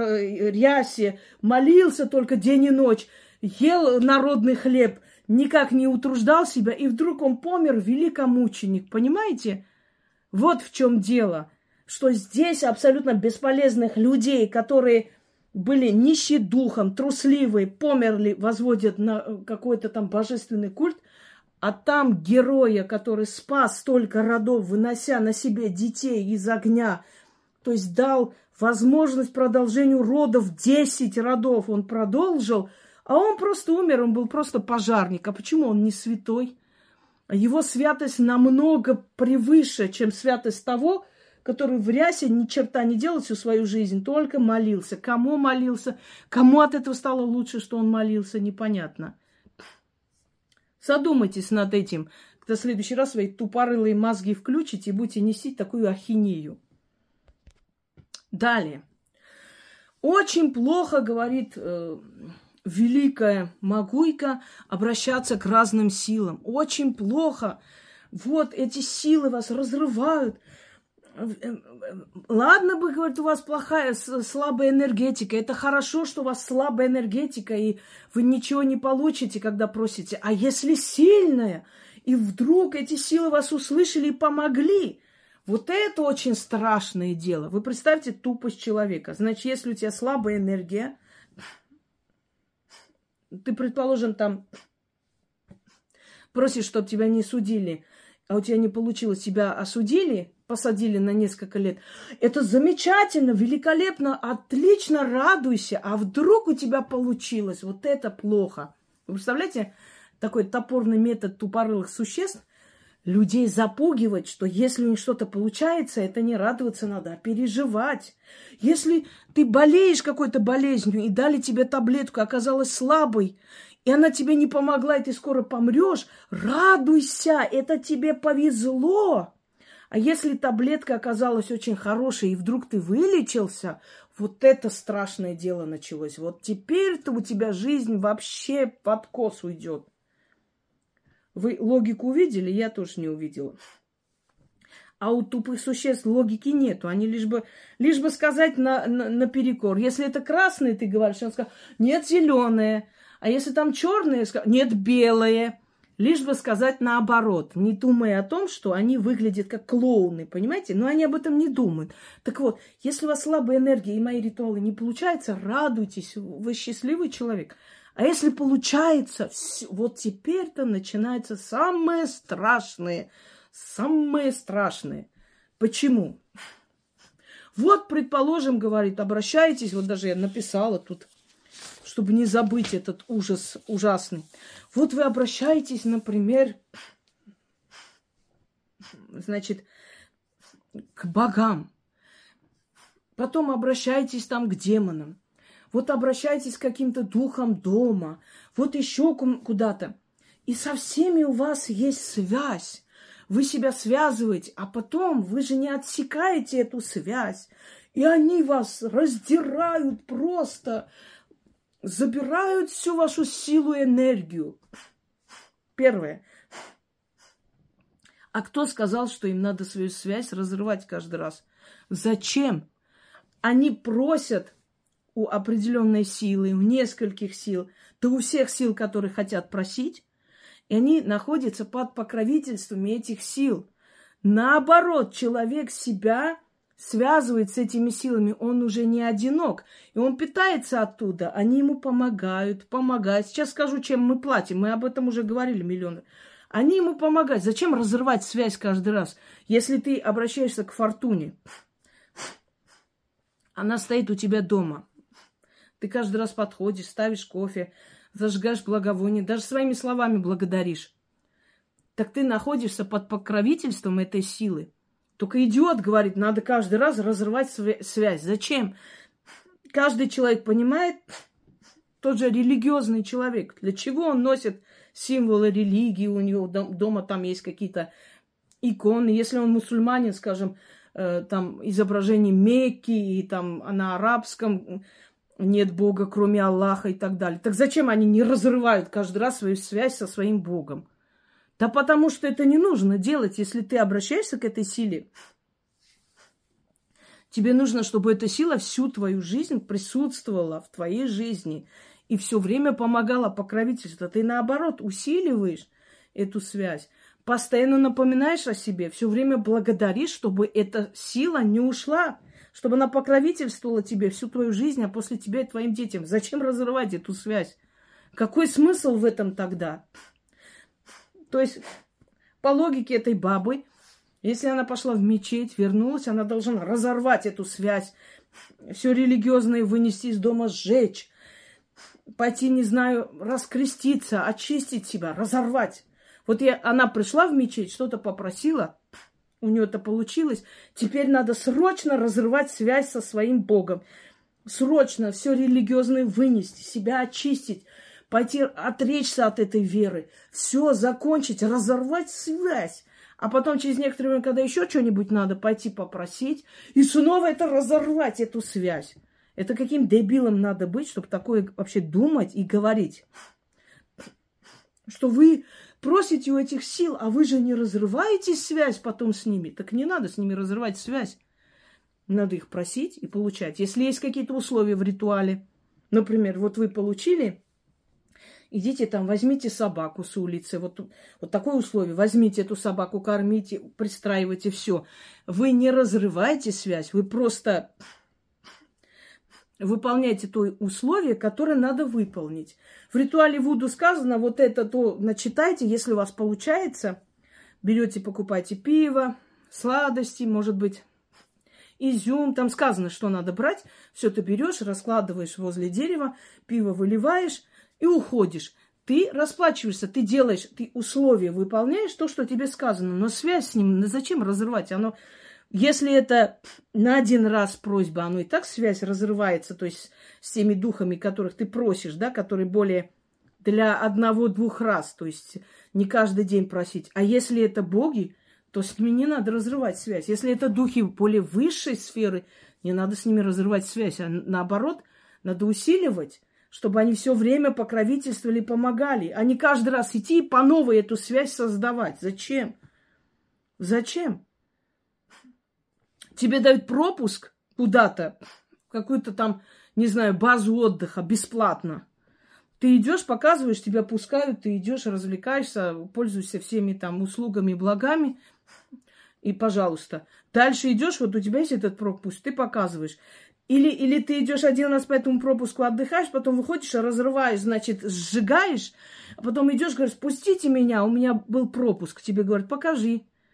рясе, молился только день и ночь, ел народный хлеб, никак не утруждал себя, и вдруг он помер, великомученик. Понимаете? Вот в чем дело. Что здесь абсолютно бесполезных людей, которые были нищи духом, трусливые, померли, возводят на какой-то там божественный культ, а там героя, который спас столько родов, вынося на себе детей из огня, то есть дал возможность продолжению родов, десять родов он продолжил, а он просто умер, он был просто пожарник. А почему он не святой? Его святость намного превыше, чем святость того, который в рясе ни черта не делал всю свою жизнь, только молился. Кому молился? Кому от этого стало лучше, что он молился? Непонятно. Задумайтесь над этим, когда в следующий раз свои тупорылые мозги включите и будете нести такую ахинею. Далее. Очень плохо, говорит э, великая Магуйка, обращаться к разным силам. Очень плохо. Вот эти силы вас разрывают. Ладно бы, говорит, у вас плохая, слабая энергетика. Это хорошо, что у вас слабая энергетика, и вы ничего не получите, когда просите. А если сильная, и вдруг эти силы вас услышали и помогли, вот это очень страшное дело. Вы представьте тупость человека. Значит, если у тебя слабая энергия, ты, предположим, там просишь, чтобы тебя не судили, а у тебя не получилось, тебя осудили, посадили на несколько лет. Это замечательно, великолепно, отлично, радуйся. А вдруг у тебя получилось? Вот это плохо. Вы представляете, такой топорный метод тупорылых существ людей запугивать, что если у них что-то получается, это не радоваться надо, а переживать. Если ты болеешь какой-то болезнью и дали тебе таблетку, оказалась слабой, и она тебе не помогла, и ты скоро помрешь, радуйся, это тебе повезло. А если таблетка оказалась очень хорошей, и вдруг ты вылечился, вот это страшное дело началось. Вот теперь-то у тебя жизнь вообще под откос уйдет. Вы логику увидели? Я тоже не увидела. А у тупых существ логики нету. Они лишь бы, лишь бы сказать на, на, наперекор. Если это красное, ты говоришь, он скажет, нет, зеленое. А если там черное, нет, белое. Лишь бы сказать наоборот, не думая о том, что они выглядят как клоуны, понимаете? Но они об этом не думают. Так вот, если у вас слабая энергия и мои ритуалы не получаются, радуйтесь, вы счастливый человек. А если получается, вот теперь-то начинается самое страшное, самое страшное. Почему? Вот, предположим, говорит, обращайтесь, вот даже я написала тут, чтобы не забыть этот ужас ужасный. Вот вы обращаетесь, например, значит, к богам. Потом обращаетесь там к демонам. Вот обращаетесь к каким-то духам дома. Вот еще куда-то. И со всеми у вас есть связь. Вы себя связываете, а потом вы же не отсекаете эту связь. И они вас раздирают просто, забирают всю вашу силу и энергию. Первое. А кто сказал, что им надо свою связь разрывать каждый раз? Зачем? Они просят у определенной силы, у нескольких сил, да у всех сил, которые хотят просить, и они находятся под покровительством этих сил. Наоборот, человек себя связывает с этими силами, он уже не одинок, и он питается оттуда, они ему помогают, помогают. Сейчас скажу, чем мы платим, мы об этом уже говорили миллионы. Они ему помогают. Зачем разрывать связь каждый раз? Если ты обращаешься к фортуне, она стоит у тебя дома. Ты каждый раз подходишь, ставишь кофе, зажигаешь благовоние, даже своими словами благодаришь. Так ты находишься под покровительством этой силы. Только идиот говорит, надо каждый раз разрывать связь. Зачем? Каждый человек понимает, тот же религиозный человек, для чего он носит символы религии, у него дома там есть какие-то иконы. Если он мусульманин, скажем, там изображение Мекки, и там на арабском нет Бога, кроме Аллаха и так далее. Так зачем они не разрывают каждый раз свою связь со своим Богом? Да потому что это не нужно делать, если ты обращаешься к этой силе. Тебе нужно, чтобы эта сила всю твою жизнь присутствовала в твоей жизни и все время помогала покровительству. Ты, наоборот, усиливаешь эту связь, постоянно напоминаешь о себе, все время благодаришь, чтобы эта сила не ушла, чтобы она покровительствовала тебе всю твою жизнь, а после тебя и твоим детям. Зачем разрывать эту связь? Какой смысл в этом тогда? То есть, по логике этой бабы, если она пошла в мечеть, вернулась, она должна разорвать эту связь, все религиозное вынести из дома, сжечь, пойти, не знаю, раскреститься, очистить себя, разорвать. Вот я, она пришла в мечеть, что-то попросила, у нее это получилось. Теперь надо срочно разрывать связь со своим Богом. Срочно все религиозное вынести, себя очистить, пойти отречься от этой веры. Все закончить, разорвать связь. А потом через некоторое время, когда еще что-нибудь надо, пойти попросить. И снова это разорвать, эту связь. Это каким дебилом надо быть, чтобы такое вообще думать и говорить. Что вы просите у этих сил, а вы же не разрываете связь потом с ними. Так не надо с ними разрывать связь. Надо их просить и получать. Если есть какие-то условия в ритуале, например, вот вы получили, идите там, возьмите собаку с улицы. Вот, вот такое условие. Возьмите эту собаку, кормите, пристраивайте, все. Вы не разрываете связь, вы просто выполняйте то условие, которое надо выполнить. В ритуале Вуду сказано, вот это то начитайте, если у вас получается, берете, покупайте пиво, сладости, может быть, изюм, там сказано, что надо брать, все ты берешь, раскладываешь возле дерева, пиво выливаешь и уходишь. Ты расплачиваешься, ты делаешь, ты условия выполняешь, то, что тебе сказано, но связь с ним, зачем разрывать? Оно... Если это на один раз просьба, оно и так связь разрывается, то есть с теми духами, которых ты просишь, да, которые более для одного-двух раз, то есть не каждый день просить. А если это боги, то с ними не надо разрывать связь. Если это духи более высшей сферы, не надо с ними разрывать связь, а наоборот, надо усиливать, чтобы они все время покровительствовали и помогали, а не каждый раз идти и по новой эту связь создавать. Зачем? Зачем? Тебе дают пропуск куда-то, в какую-то там, не знаю, базу отдыха бесплатно. Ты идешь, показываешь, тебя пускают, ты идешь, развлекаешься, пользуешься всеми там услугами и благами. И, пожалуйста. Дальше идешь, вот у тебя есть этот пропуск, ты показываешь. Или, или ты идешь один раз по этому пропуску, отдыхаешь, потом выходишь, разрываешь, значит, сжигаешь, а потом идешь, говоришь, пустите меня, у меня был пропуск. Тебе говорят, покажи.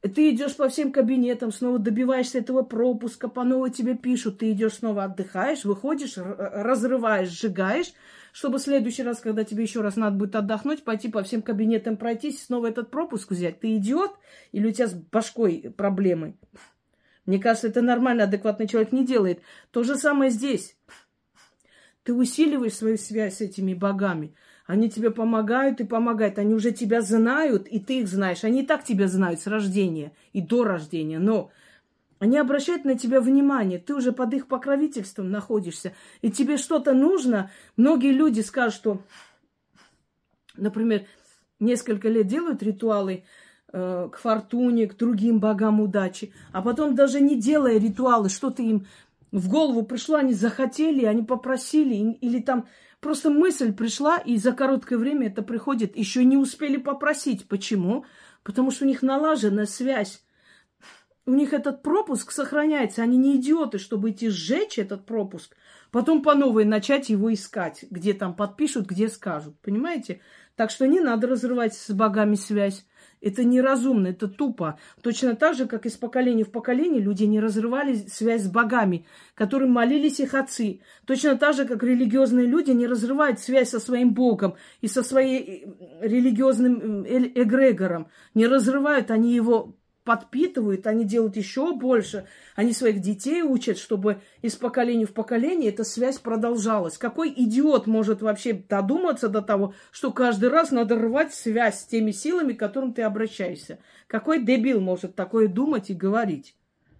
Ты идешь по всем кабинетам, снова добиваешься этого пропуска, по новой тебе пишут, ты идешь снова отдыхаешь, выходишь, разрываешь, сжигаешь, чтобы в следующий раз, когда тебе еще раз надо будет отдохнуть, пойти по всем кабинетам пройтись, снова этот пропуск взять. Ты идиот или у тебя с башкой проблемы? Мне кажется, это нормально, адекватный человек не делает. То же самое здесь. Ты усиливаешь свою связь с этими богами. Они тебе помогают и помогают. Они уже тебя знают, и ты их знаешь. Они и так тебя знают с рождения и до рождения. Но они обращают на тебя внимание. Ты уже под их покровительством находишься. И тебе что-то нужно. Многие люди скажут, что, например, несколько лет делают ритуалы э, к фортуне, к другим богам удачи. А потом, даже не делая ритуалы, что-то им в голову пришло, они захотели, они попросили. Или там... Просто мысль пришла, и за короткое время это приходит. Еще не успели попросить. Почему? Потому что у них налажена связь. У них этот пропуск сохраняется. Они не идиоты, чтобы идти сжечь этот пропуск. Потом по новой начать его искать. Где там подпишут, где скажут. Понимаете? Так что не надо разрывать с богами связь. Это неразумно, это тупо. Точно так же, как из поколения в поколение люди не разрывали связь с богами, которым молились их отцы. Точно так же, как религиозные люди не разрывают связь со своим богом и со своим религиозным эгрегором. Не разрывают, они его подпитывают, они делают еще больше. Они своих детей учат, чтобы из поколения в поколение эта связь продолжалась. Какой идиот может вообще додуматься до того, что каждый раз надо рвать связь с теми силами, к которым ты обращаешься? Какой дебил может такое думать и говорить?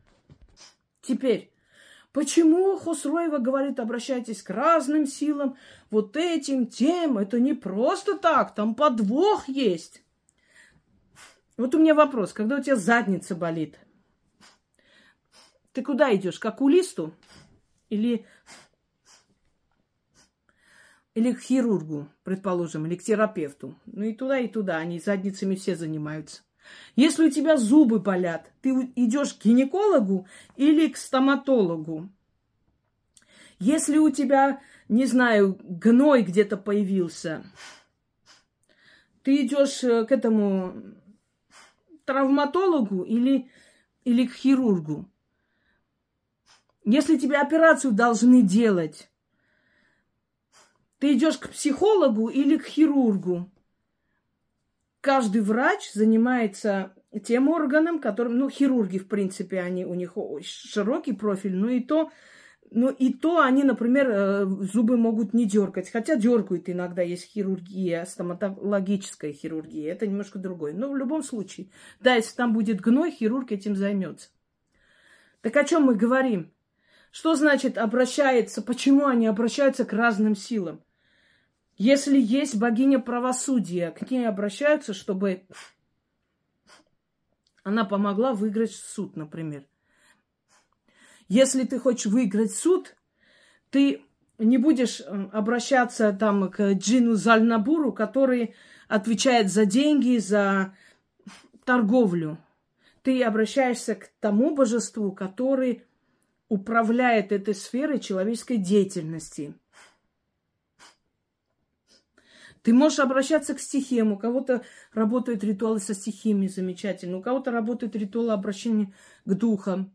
Теперь, почему Хосроева говорит, обращайтесь к разным силам, вот этим, тем? Это не просто так, там подвох есть. Вот у меня вопрос. Когда у тебя задница болит, ты куда идешь? К окулисту? Или, или к хирургу, предположим, или к терапевту? Ну и туда, и туда. Они задницами все занимаются. Если у тебя зубы болят, ты идешь к гинекологу или к стоматологу? Если у тебя, не знаю, гной где-то появился, ты идешь к этому... травматологу или, или к хирургу. Если тебе операцию должны делать, ты идешь к психологу или к хирургу. Каждый врач занимается тем органом, которым, ну, хирурги, в принципе, они, у них широкий профиль, но и то, но и то они, например, зубы могут не дергать. Хотя дергают иногда, есть хирургия, стоматологическая хирургия. Это немножко другое. Но в любом случае, да, если там будет гной, хирург этим займется. Так о чем мы говорим? Что значит обращается? Почему они обращаются к разным силам? Если есть богиня правосудия, к ней обращаются, чтобы она помогла выиграть суд, например. Если ты хочешь выиграть суд, ты не будешь обращаться там к джину Зальнабуру, который отвечает за деньги, за торговлю. Ты обращаешься к тому божеству, который управляет этой сферой человеческой деятельности. Ты можешь обращаться к стихиям. У кого-то работают ритуалы со стихиями замечательно, у кого-то работают ритуалы обращения к духам.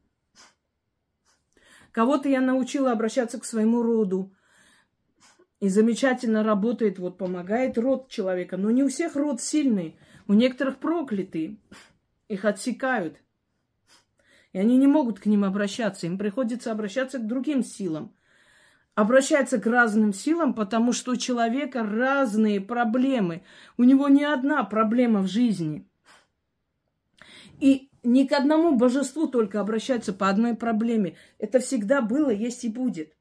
Кого-то я научила обращаться к своему роду. И замечательно работает, вот помогает род человека. Но не у всех род сильный. У некоторых проклятый. Их отсекают. И они не могут к ним обращаться. Им приходится обращаться к другим силам. Обращаться к разным силам, потому что у человека разные проблемы. У него не одна проблема в жизни. И ни к одному божеству только обращаются по одной проблеме. Это всегда было, есть и будет.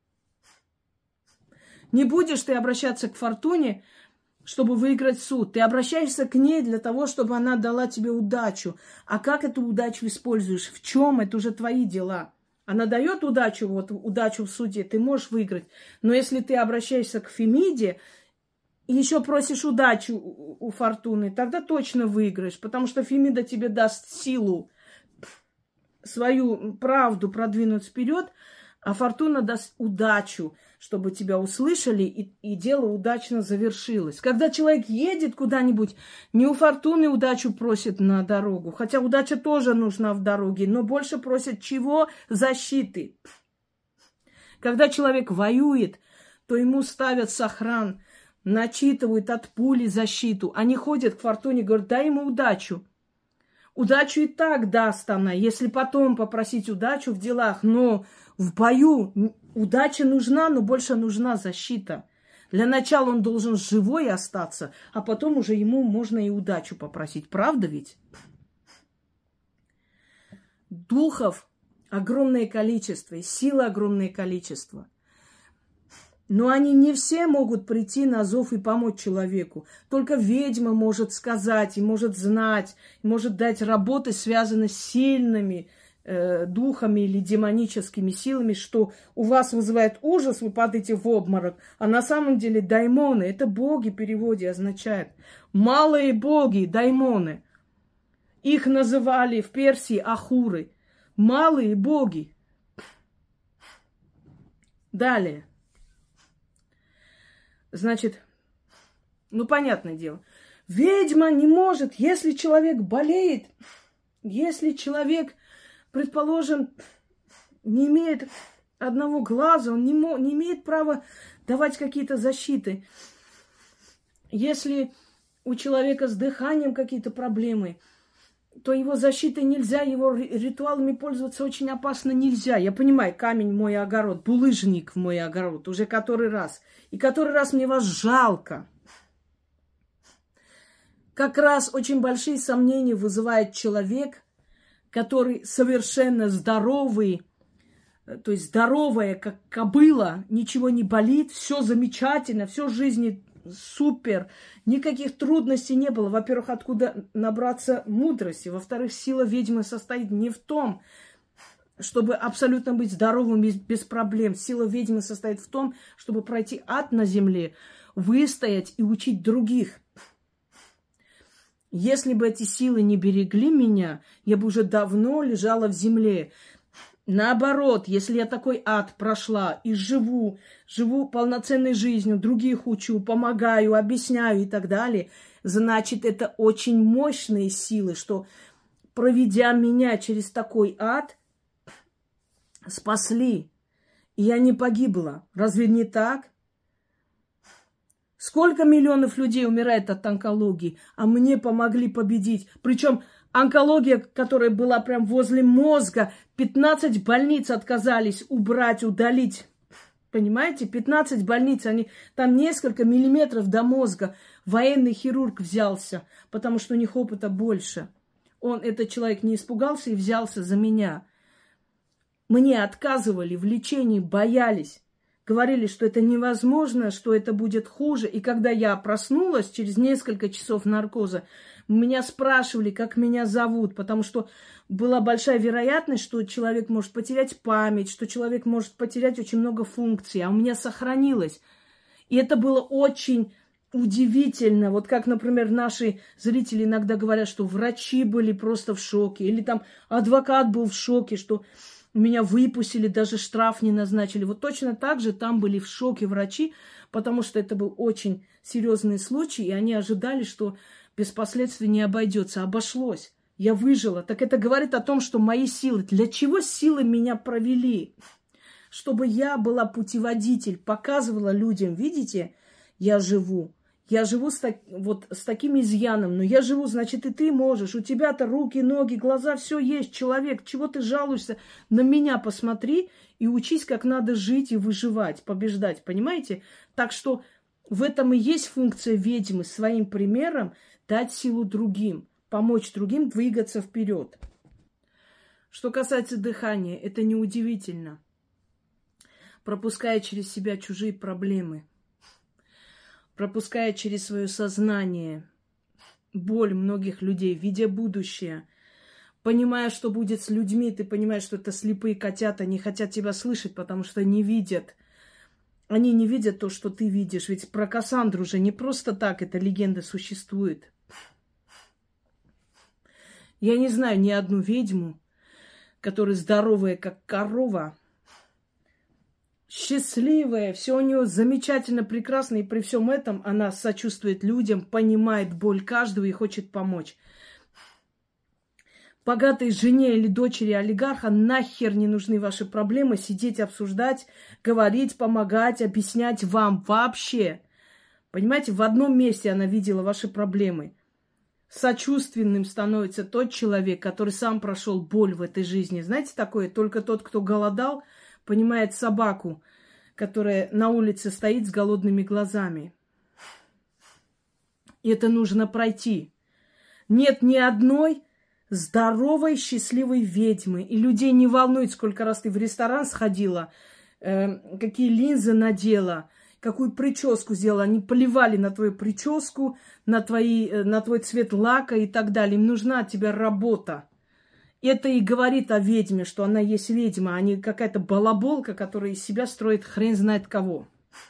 Не будешь ты обращаться к фортуне, чтобы выиграть суд. Ты обращаешься к ней для того, чтобы она дала тебе удачу. А как эту удачу используешь? В чем? Это уже твои дела. Она дает удачу, вот удачу в суде, ты можешь выиграть. Но если ты обращаешься к Фемиде, и еще просишь удачу у фортуны, тогда точно выиграешь, потому что Фемида тебе даст силу свою правду продвинуть вперед, а фортуна даст удачу. чтобы тебя услышали, и, и дело удачно завершилось. Когда человек едет куда-нибудь, не у фортуны удачу просит на дорогу, хотя удача тоже нужна в дороге, но больше просит чего? Защиты. Когда человек воюет, то ему ставят сохран, начитывают от пули защиту. Они ходят к фортуне, говорят, дай ему удачу. Удачу и так даст она, если потом попросить удачу в делах. Но в бою удача нужна, но больше нужна защита. Для начала он должен живой остаться, а потом уже ему можно и удачу попросить. Правда ведь? Духов огромное количество, и силы огромное количество. Но они не все могут прийти на зов и помочь человеку. Только ведьма может сказать, и может знать, и может дать работы, связанные с сильными э, духами или демоническими силами, что у вас вызывает ужас, вы падаете в обморок. А на самом деле даймоны, это боги в переводе означает. Малые боги, даймоны. Их называли в Персии ахуры. Малые боги. Далее. Значит, ну, понятное дело, ведьма не может, если человек болеет, если человек, предположим, не имеет одного глаза, он не, мо- не имеет права давать какие-то защиты. Если у человека с дыханием какие-то проблемы, то его защитой нельзя, его ритуалами пользоваться очень опасно нельзя. Я понимаю, камень в мой огород, булыжник в мой огород, уже который раз. И который раз мне вас жалко. Как раз очень большие сомнения вызывает человек, который совершенно здоровый, то есть здоровая, как кобыла, ничего не болит, все замечательно, все в жизни супер, никаких трудностей не было. Во-первых, откуда набраться мудрости? Во-вторых, сила ведьмы состоит не в том, чтобы абсолютно быть здоровым без, без проблем. Сила ведьмы состоит в том, чтобы пройти ад на земле, выстоять и учить других. Если бы эти силы не берегли меня, я бы уже давно лежала в земле. Наоборот, если я такой ад прошла и живу, живу полноценной жизнью, других учу, помогаю, объясняю и так далее, значит, это очень мощные силы, что, проведя меня через такой ад, спасли. И я не погибла. Разве не так? Сколько миллионов людей умирает от онкологии, а мне помогли победить. Причем онкология, которая была прям возле мозга, пятнадцать больниц отказались убрать, удалить. Понимаете? пятнадцать больниц, они, там несколько миллиметров до мозга. Военный хирург взялся, потому что у них опыта больше. Он, этот человек, не испугался и взялся за меня. Мне отказывали в лечении, боялись. Говорили, что это невозможно, что это будет хуже. И когда я проснулась через несколько часов наркоза, меня спрашивали, как меня зовут, потому что была большая вероятность, что человек может потерять память, что человек может потерять очень много функций, а у меня сохранилось. И это было очень удивительно. Вот как, например, наши зрители иногда говорят, что врачи были просто в шоке, или там адвокат был в шоке, что меня выпустили, даже штраф не назначили. Вот точно так же там были в шоке врачи, потому что это был очень серьезный случай, и они ожидали, что без последствий не обойдется. Обошлось. Я выжила. Так это говорит о том, что мои силы... Для чего силы меня провели? Чтобы я была путеводитель, показывала людям, видите, я живу. Я живу с, так, вот, с таким изъяном, но я живу, значит, и ты можешь. У тебя-то руки, ноги, глаза, все есть. Человек, чего ты жалуешься? На меня посмотри и учись, как надо жить и выживать, побеждать, понимаете? Так что в этом и есть функция ведьмы, своим примером дать силу другим, помочь другим двигаться вперед. Что касается дыхания, это неудивительно. Пропуская через себя чужие проблемы, пропуская через свое сознание боль многих людей, видя будущее, понимая, что будет с людьми, ты понимаешь, что это слепые котята, не хотят тебя слышать, потому что не видят. Они не видят то, что ты видишь. Ведь про Кассандру же не просто так эта легенда существует. Я не знаю ни одну ведьму, которая здоровая, как корова, счастливая, все у нее замечательно, прекрасно, и при всем этом она сочувствует людям, понимает боль каждого и хочет помочь. Богатой жене или дочери олигарха нахер не нужны ваши проблемы, сидеть, обсуждать, говорить, помогать, объяснять вам вообще. Понимаете, в одном месте она видела ваши проблемы. Сочувственным становится тот человек, который сам прошел боль в этой жизни. Знаете такое? Только тот, кто голодал, понимает собаку, которая на улице стоит с голодными глазами. И это нужно пройти. Нет ни одной здоровой, счастливой ведьмы. И людей не волнует, сколько раз ты в ресторан сходила, э, какие линзы надела, какую прическу сделала. Они плевали на твою прическу, на, твои, на твой цвет лака и так далее. Им нужна от тебя работа. Это и говорит о ведьме, что она есть ведьма, а не какая-то балаболка, которая из себя строит хрен знает кого.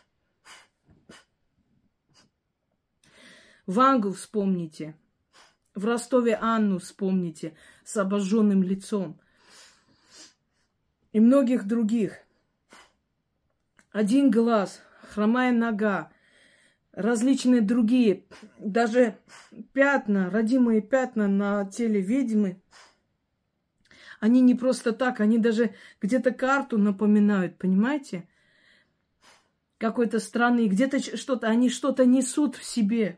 Вангу вспомните. В Ростове Анну вспомните с обожженным лицом. И многих других. Один глаз, хромая нога, различные другие, даже пятна, родимые пятна на теле ведьмы. Они не просто так, они даже где-то карту напоминают, понимаете? Какой-то странный, где-то что-то, они что-то несут в себе.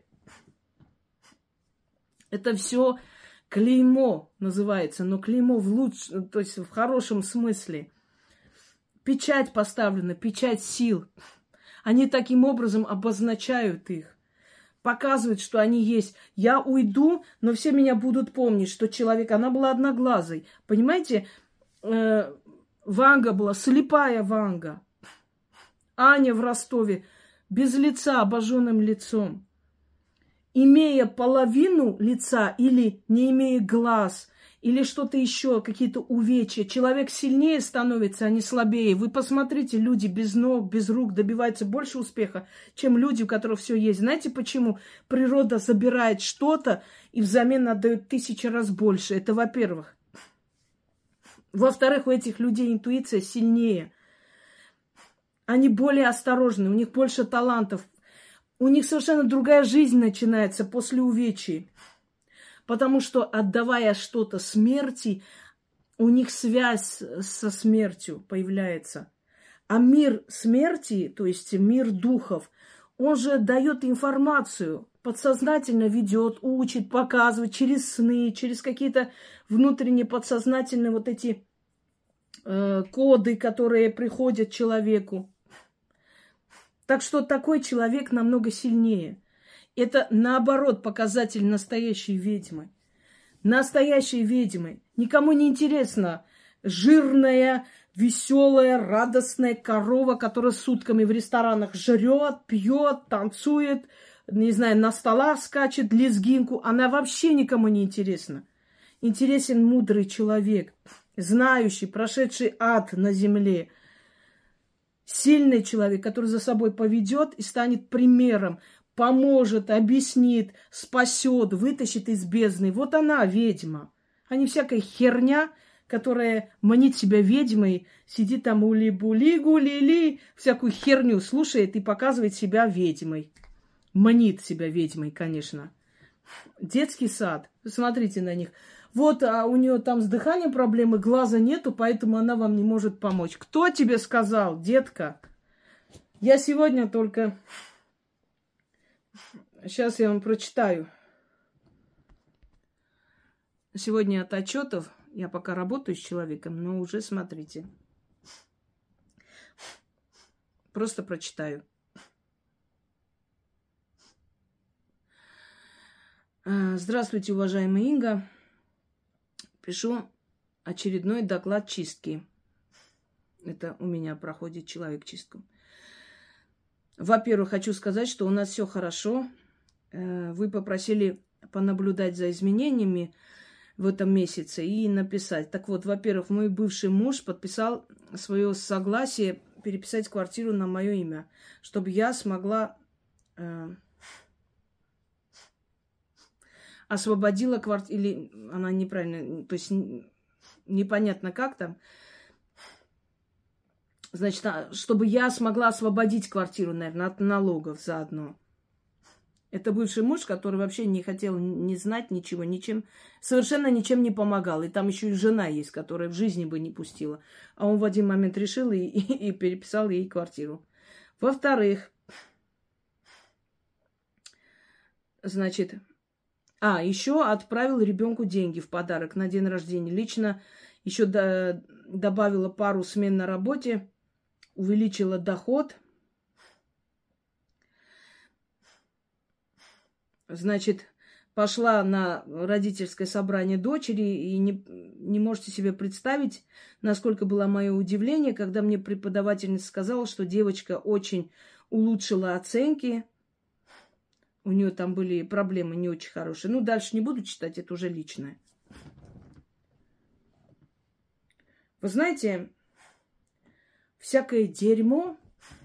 Это все клеймо называется, но клеймо в лучшем, то есть в хорошем смысле. Печать поставлена, печать сил. Они таким образом обозначают их. Показывают, что они есть. Я уйду, но все меня будут помнить, что человек... Она была одноглазой. Понимаете, э, Ванга была, слепая Ванга. Аня в Ростове, без лица, обожженным лицом. Имея половину лица или не имея глаз, или что-то еще, какие-то увечья, человек сильнее становится, а не слабее. Вы посмотрите, люди без ног, без рук добиваются больше успеха, чем люди, у которых все есть. Знаете почему? Природа забирает что-то и взамен отдает тысячи раз больше. Это во-первых. Во-вторых, у этих людей интуиция сильнее. Они более осторожны, у них больше талантов. У них совершенно другая жизнь начинается после увечий. Потому что, отдавая что-то смерти, у них связь со смертью появляется. А мир смерти, то есть мир духов, он же дает информацию, подсознательно ведет, учит, показывает через сны, через какие-то внутренние подсознательные вот эти э, коды, которые приходят человеку. Так что такой человек намного сильнее. Это, наоборот, показатель настоящей ведьмы. Настоящей ведьмы. Никому не интересно жирная, веселая, радостная корова, которая сутками в ресторанах жрет, пьет, танцует, не знаю, на столах скачет, лезгинку. Она вообще никому не интересна. Интересен мудрый человек, знающий, прошедший ад на земле. Сильный человек, который за собой поведет и станет примером. Поможет, объяснит, спасет, вытащит из бездны. Вот она, ведьма. А не всякая херня, которая манит себя ведьмой, сидит там ули-були-гули-ли, всякую херню слушает и показывает себя ведьмой. Манит себя ведьмой, конечно. Детский сад. Смотрите на них. Вот а у нее там с дыханием проблемы, глаза нету, поэтому она вам не может помочь. Кто тебе сказал, детка? Я сегодня только... Сейчас я вам прочитаю. Сегодня от отчетов. Я пока работаю с человеком, но уже смотрите. Просто прочитаю. Здравствуйте, уважаемая Инга. Пишу очередной доклад чистки. Это у меня проходит человек чистку. Во-первых, хочу сказать, что у нас все хорошо. Вы попросили понаблюдать за изменениями в этом месяце и написать. Так вот, во-первых, мой бывший муж подписал свое согласие переписать квартиру на мое имя, чтобы я смогла э, освободила квартиру, или она неправильно, то есть непонятно как там. Значит, чтобы я смогла освободить квартиру, наверное, от налогов заодно. Это бывший муж, который вообще не хотел ни знать ничего, ничем, совершенно ничем не помогал. И там еще и жена есть, которая в жизни бы не пустила. А он в один момент решил и, и, и переписал ей квартиру. Во-вторых, значит, а, еще отправил ребенку деньги в подарок на день рождения. Лично еще до, добавила пару смен на работе, увеличила доход. Значит, пошла на родительское собрание дочери, и не, не можете себе представить, насколько было мое удивление, когда мне преподавательница сказала, что девочка очень улучшила оценки. У нее там были проблемы не очень хорошие. Ну, дальше не буду читать, это уже личное. Вы знаете, всякое дерьмо,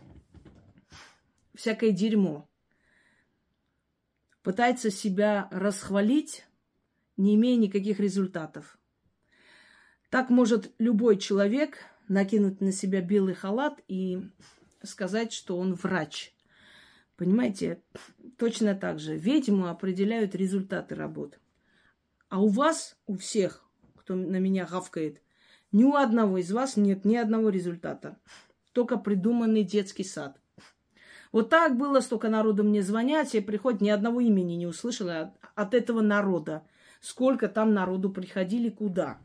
всякое дерьмо пытается себя расхвалить, не имея никаких результатов. Так может любой человек накинуть на себя белый халат и сказать, что он врач. Понимаете, точно так же ведьму определяют результаты работ. А у вас, у всех, кто на меня гавкает, ни у одного из вас нет ни одного результата. Только придуманный детский сад. Вот так было, столько народу мне звонят, я приходят, ни одного имени не услышала от этого народа. Сколько там народу приходили, куда.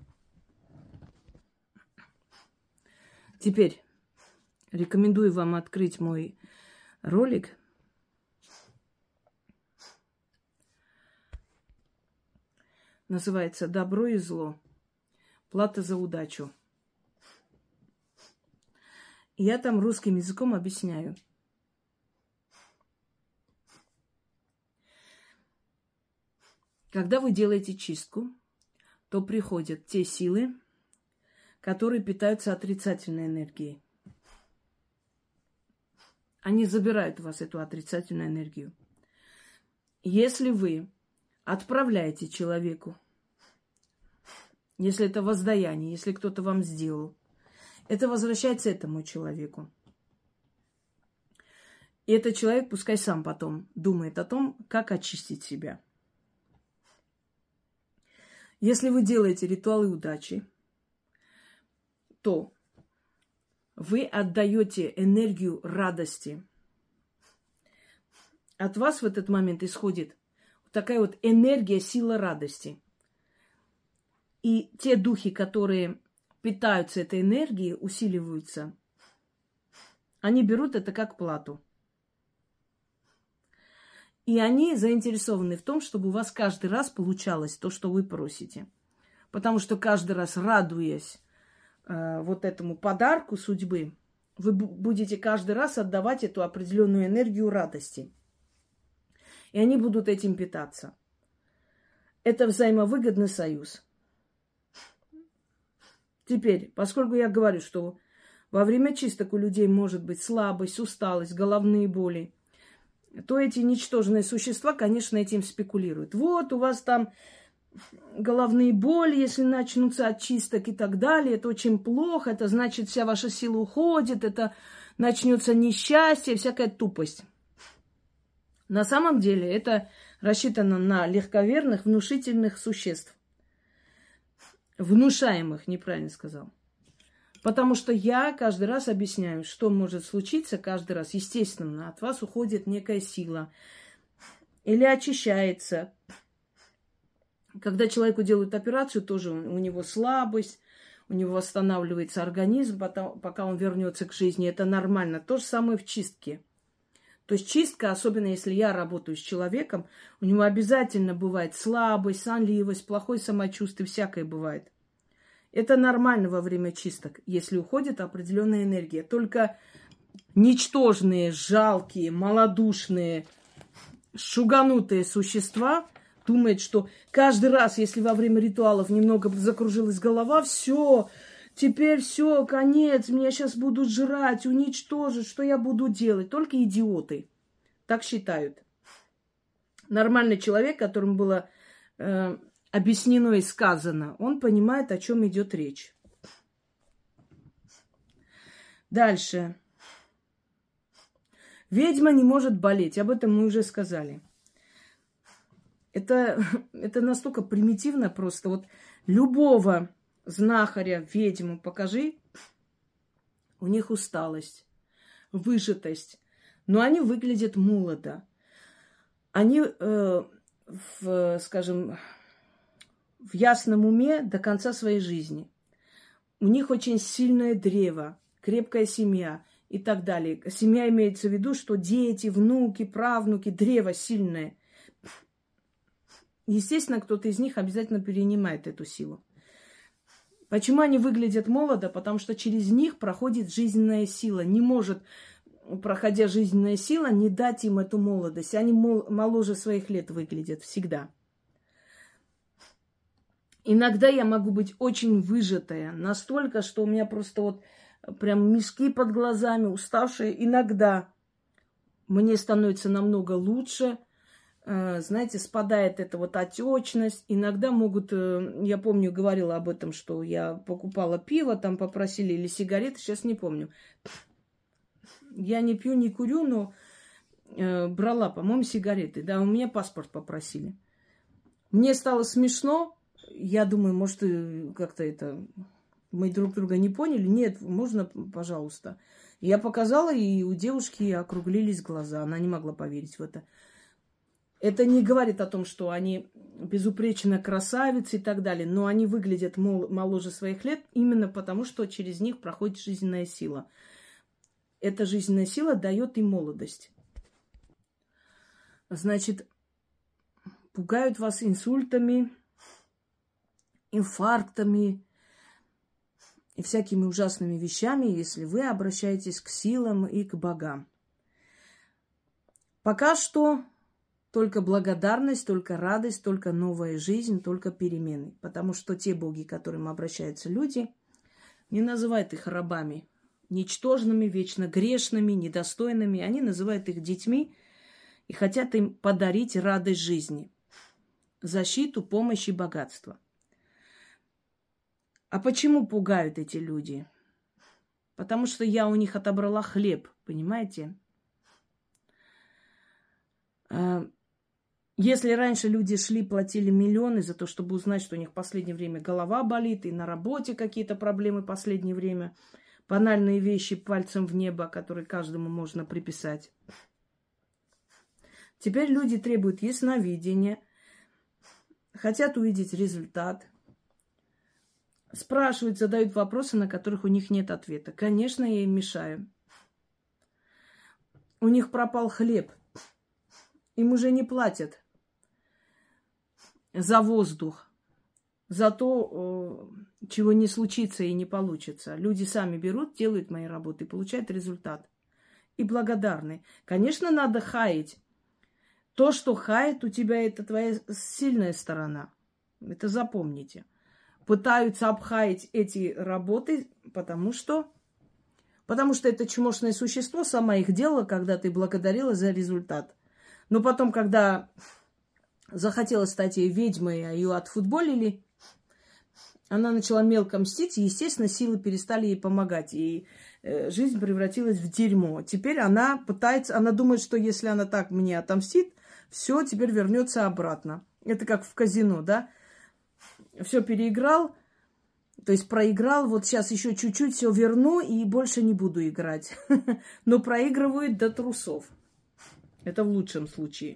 Теперь рекомендую вам открыть мой ролик. Называется «Добро и зло. Плата за удачу». Я там русским языком объясняю. Когда вы делаете чистку, то приходят те силы, которые питаются отрицательной энергией. Они забирают у вас эту отрицательную энергию. Если вы отправляете человеку, если это воздаяние, если кто-то вам сделал, это возвращается этому человеку. И этот человек пускай сам потом думает о том, как очистить себя. Если вы делаете ритуалы удачи, то вы отдаете энергию радости. От вас в этот момент исходит такая вот энергия, сила радости. И те духи, которые питаются этой энергией, усиливаются. Они берут это как плату. И они заинтересованы в том, чтобы у вас каждый раз получалось то, что вы просите. Потому что каждый раз, радуясь э, вот этому подарку судьбы, вы будете каждый раз отдавать эту определенную энергию радости. И они будут этим питаться. Это взаимовыгодный союз. Теперь, поскольку я говорю, что во время чисток у людей может быть слабость, усталость, головные боли, то эти ничтожные существа, конечно, этим спекулируют. Вот у вас там головные боли, если начнутся от чисток и так далее, это очень плохо, это значит, вся ваша сила уходит, это начнется несчастье, всякая тупость. На самом деле это рассчитано на легковерных, внушительных существ. Внушаемых, неправильно сказал. Потому что я каждый раз объясняю, что может случиться каждый раз. Естественно, от вас уходит некая сила. Или очищается. Когда человеку делают операцию, тоже у него слабость, у него восстанавливается организм, пока он вернется к жизни. Это нормально. То же самое в чистке. То есть чистка, особенно если я работаю с человеком, у него обязательно бывает слабость, сонливость, плохое самочувствие, всякое бывает. Это нормально во время чисток, если уходит определенная энергия. Только ничтожные, жалкие, малодушные, шуганутые существа думают, что каждый раз, если во время ритуалов немного закружилась голова, все, теперь все, конец, меня сейчас будут жрать, уничтожить, что я буду делать? Только идиоты так считают. Нормальный человек, которому было э, объяснено и сказано, он понимает, о чем идет речь. Дальше. Ведьма не может болеть. Об этом мы уже сказали. Это, это настолько примитивно просто. Вот любого знахаря, ведьму покажи, у них усталость, выжатость. Но они выглядят молодо. Они, э, в, скажем, в ясном уме до конца своей жизни. У них очень сильное древо, крепкая семья и так далее. Семья имеется в виду, что дети, внуки, правнуки, древо сильное. Естественно, кто-то из них обязательно перенимает эту силу. Почему они выглядят молодо? Потому что через них проходит жизненная сила. Не может, проходя жизненная сила, не дать им эту молодость. Они мол- моложе своих лет выглядят всегда. Иногда я могу быть очень выжатая. Настолько, что у меня просто вот прям мешки под глазами, уставшие. Иногда мне становится намного лучше. Знаете, спадает эта вот отечность. Иногда могут, я помню, говорила об этом, что я покупала пиво, там попросили, или сигареты, сейчас не помню. Я не пью, не курю, но э, брала, по-моему, сигареты. Да, у меня паспорт попросили. Мне стало смешно. Я думаю, может, как-то это... Мы друг друга не поняли. Нет, можно, пожалуйста. Я показала, и у девушки округлились глаза. Она не могла поверить в это. Это не говорит о том, что они безупречно красавицы и так далее, но они выглядят мол, моложе своих лет именно потому, что через них проходит жизненная сила. Эта жизненная сила дает им молодость. Значит, пугают вас инсультами, инфарктами и всякими ужасными вещами, если вы обращаетесь к силам и к богам. Пока что только благодарность, только радость, только новая жизнь, только перемены. Потому что те боги, к которым обращаются люди, не называют их рабами, ничтожными, вечно грешными, недостойными. Они называют их детьми и хотят им подарить радость жизни, защиту, помощь и богатство. А почему пугают эти люди? Потому что я у них отобрала хлеб, понимаете? Если раньше люди шли, платили миллионы за то, чтобы узнать, что у них в последнее время голова болит, и на работе какие-то проблемы в последнее время, банальные вещи пальцем в небо, которые каждому можно приписать. Теперь люди требуют ясновидения, хотят увидеть результат, спрашивают, задают вопросы, на которых у них нет ответа. Конечно, я им мешаю. У них пропал хлеб. Им уже не платят за воздух, за то, чего не случится и не получится. Люди сами берут, делают мои работы и получают результат. И благодарны. Конечно, надо хаять. То, что хает у тебя, это твоя сильная сторона. Это запомните. Пытаются обхаять эти работы, потому что... Потому что это чмошное существо сама их делала, когда ты благодарила за результат. Но потом, когда захотела стать ей ведьмой, а ее отфутболили, она начала мелко мстить, и, естественно, силы перестали ей помогать. И э, жизнь превратилась в дерьмо. Теперь она пытается, она думает, что если она так мне отомстит, все, теперь вернется обратно. Это как в казино, да? Все переиграл, то есть проиграл, вот сейчас еще чуть-чуть все верну и больше не буду играть. Но проигрывают до трусов. Это в лучшем случае.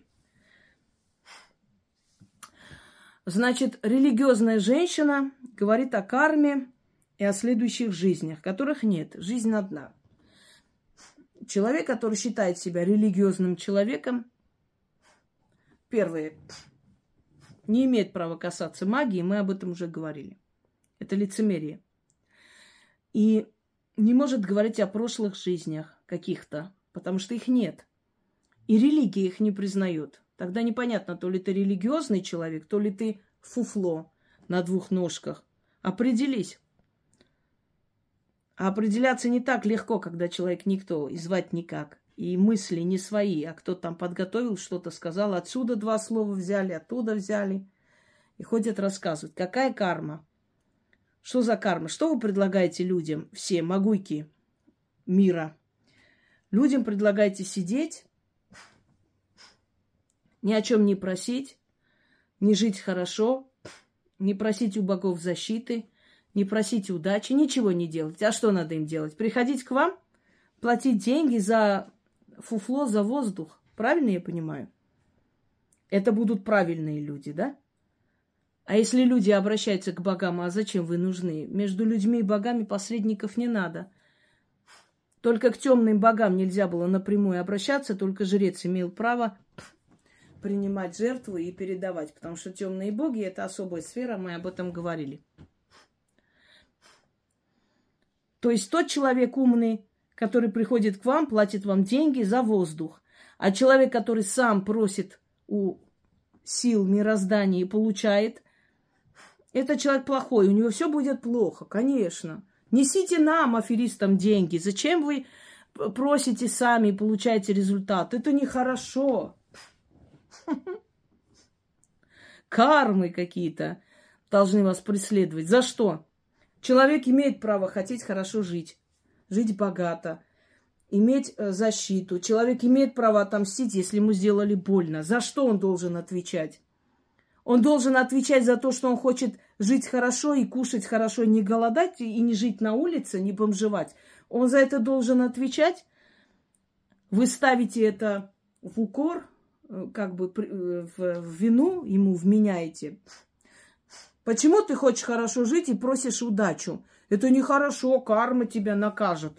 Значит, религиозная женщина говорит о карме и о следующих жизнях, которых нет. Жизнь одна. Человек, который считает себя религиозным человеком, первое, не имеет права касаться магии, мы об этом уже говорили. Это лицемерие. И не может говорить о прошлых жизнях каких-то, потому что их нет. И религия их не признает. Тогда непонятно, то ли ты религиозный человек, то ли ты фуфло на двух ножках. Определись. А определяться не так легко, когда человек никто, и звать никак. И мысли не свои, а кто там подготовил, что-то сказал. Отсюда два слова взяли, оттуда взяли. И ходят рассказывать. Какая карма? Что за карма? Что вы предлагаете людям, все могуйки? мира. Людям предлагайте сидеть, ни о чем не просить, не жить хорошо, не просить у богов защиты, не просить удачи, ничего не делать. А что надо им делать? Приходить к вам, платить деньги за фуфло, за воздух. Правильно я понимаю? Это будут правильные люди, да? А если люди обращаются к богам, а зачем вы нужны? Между людьми и богами посредников не надо. Только к темным богам нельзя было напрямую обращаться, только жрец имел право принимать жертву и передавать. Потому что темные боги – это особая сфера, мы об этом говорили. То есть тот человек умный, который приходит к вам, платит вам деньги за воздух. А человек, который сам просит у сил мироздания и получает, это человек плохой, у него все будет плохо, конечно. Несите нам, аферистам, деньги. Зачем вы просите сами и получаете результат? Это нехорошо. Кармы какие-то должны вас преследовать. За что? Человек имеет право хотеть хорошо жить, жить богато, иметь защиту. Человек имеет право отомстить, если ему сделали больно. За что он должен отвечать? Он должен отвечать за то, что он хочет жить хорошо и кушать хорошо, не голодать и не жить на улице, не бомжевать. Он за это должен отвечать. Вы ставите это в укор, как бы в вину ему вменяете. Почему ты хочешь хорошо жить и просишь удачу? Это нехорошо, карма тебя накажет.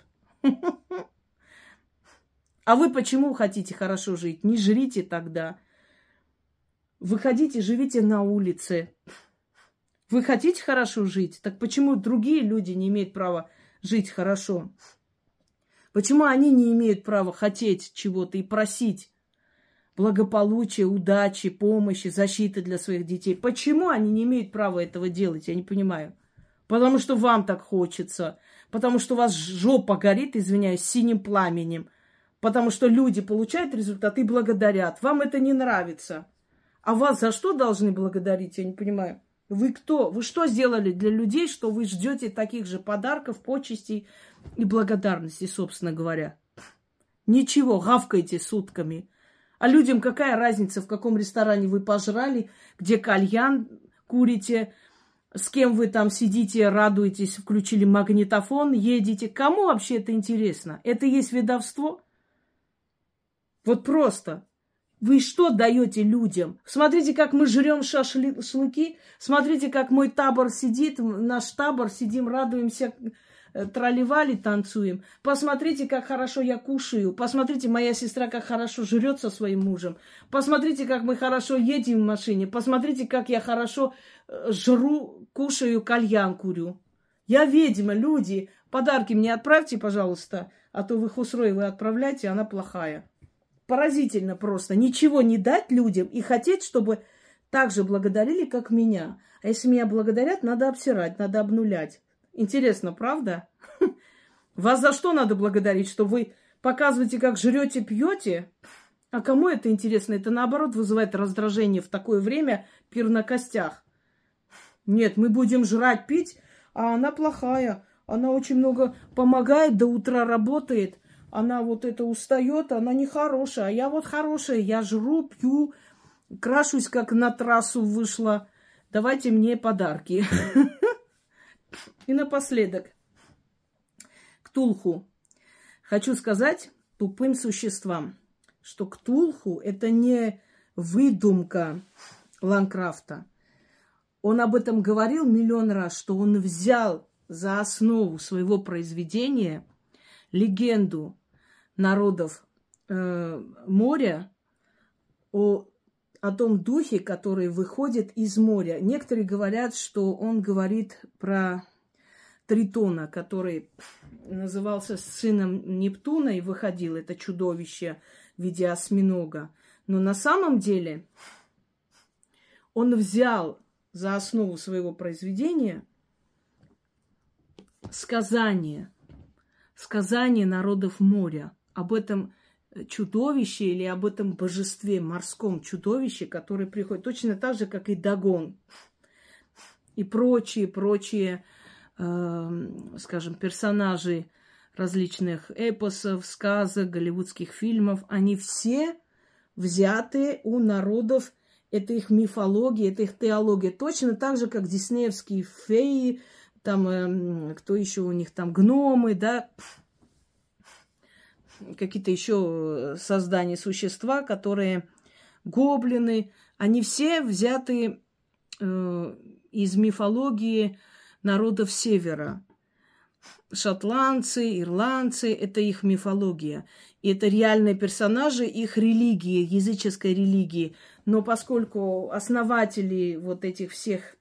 А вы почему хотите хорошо жить? Не жрите тогда. Выходите, живите на улице. Вы хотите хорошо жить? Так почему другие люди не имеют права жить хорошо? Почему они не имеют права хотеть чего-то и просить благополучия, удачи, помощи, защиты для своих детей? Почему они не имеют права этого делать? Я не понимаю. Потому что вам так хочется. Потому что у вас жопа горит, извиняюсь, синим пламенем. Потому что люди получают результат и благодарят. Вам это не нравится. А вас за что должны благодарить? Я не понимаю. Вы кто? Вы что сделали для людей, что вы ждете таких же подарков, почестей и благодарности, собственно говоря? Ничего, гавкаете сутками. А людям какая разница, в каком ресторане вы пожрали, где кальян курите, с кем вы там сидите, радуетесь, включили магнитофон, едете. Кому вообще это интересно? Это и есть ведовство? Вот просто. Вы что даете людям? Смотрите, как мы жрем шашлыки. Смотрите, как мой табор сидит, наш табор, сидим, радуемся, тролливали, танцуем. Посмотрите, как хорошо я кушаю. Посмотрите, моя сестра, как хорошо жрет со своим мужем. Посмотрите, как мы хорошо едем в машине. Посмотрите, как я хорошо жру, кушаю, кальян курю. Я ведьма, люди. Подарки мне отправьте, пожалуйста, а то вы Хусрой вы отправляете, она плохая. Поразительно просто. Ничего не дать людям и хотеть, чтобы так же благодарили, как меня. А если меня благодарят, надо обсирать, надо обнулять. Интересно, правда? Вас за что надо благодарить? Что вы показываете, как жрете, пьете? А кому это интересно? Это, наоборот, вызывает раздражение в такое время, пир на костях. Нет, мы будем жрать, пить, а она плохая. Она очень много помогает, до утра работает. Она вот это устает, она нехорошая. А я вот хорошая, я жру, пью, крашусь, как на трассу вышла. Давайте мне подарки. И напоследок. Ктулху. Хочу сказать тупым существам, что Ктулху это не выдумка Ланкрафта. Он об этом говорил миллион раз, что он взял за основу своего произведения легенду народов э, моря о, о том духе, который выходит из моря. Некоторые говорят, что он говорит про Тритона, который назывался сыном Нептуна и выходил, это чудовище в виде осьминога. Но на самом деле он взял за основу своего произведения сказание, сказание народов моря об этом чудовище или об этом божестве, морском чудовище, которое приходит точно так же, как и Дагон и прочие, прочие, э, скажем, персонажи различных эпосов, сказок, голливудских фильмов, они все взяты у народов, это их мифология, это их теология. Точно так же, как диснеевские феи, там, э, кто еще у них там, гномы, да, какие-то еще создания, существа, которые гоблины, они все взяты э, из мифологии народов Севера. Шотландцы, ирландцы – это их мифология. И это реальные персонажи их религии, языческой религии. Но поскольку основатели вот этих всех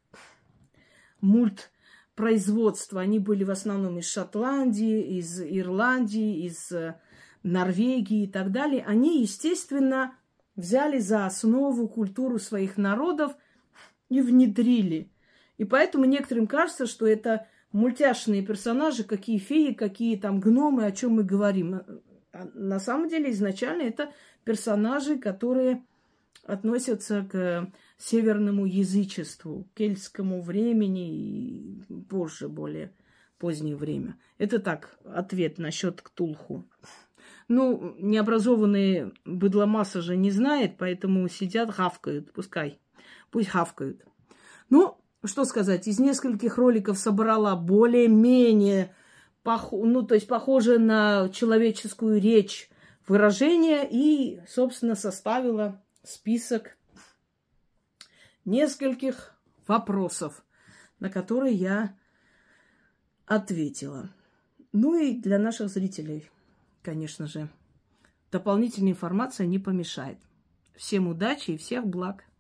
мультпроизводств, они были в основном из Шотландии, из Ирландии, из Норвегии и так далее, они, естественно, взяли за основу культуру своих народов и внедрили. И поэтому некоторым кажется, что это мультяшные персонажи, какие феи, какие там гномы, о чем мы говорим. А на самом деле изначально это персонажи, которые относятся к северному язычеству, кельтскому времени и позже, более позднее время. Это так, ответ насчет Ктулху. Ну, необразованные быдломасса же не знает, поэтому сидят, хавкают. Пускай, пусть хавкают. Ну, что сказать, из нескольких роликов собрала более-менее, пох... ну, то есть похоже на человеческую речь выражения и, собственно, составила список нескольких вопросов, на которые я ответила. Ну и для наших зрителей, конечно же, дополнительная информация не помешает. Всем удачи и всех благ!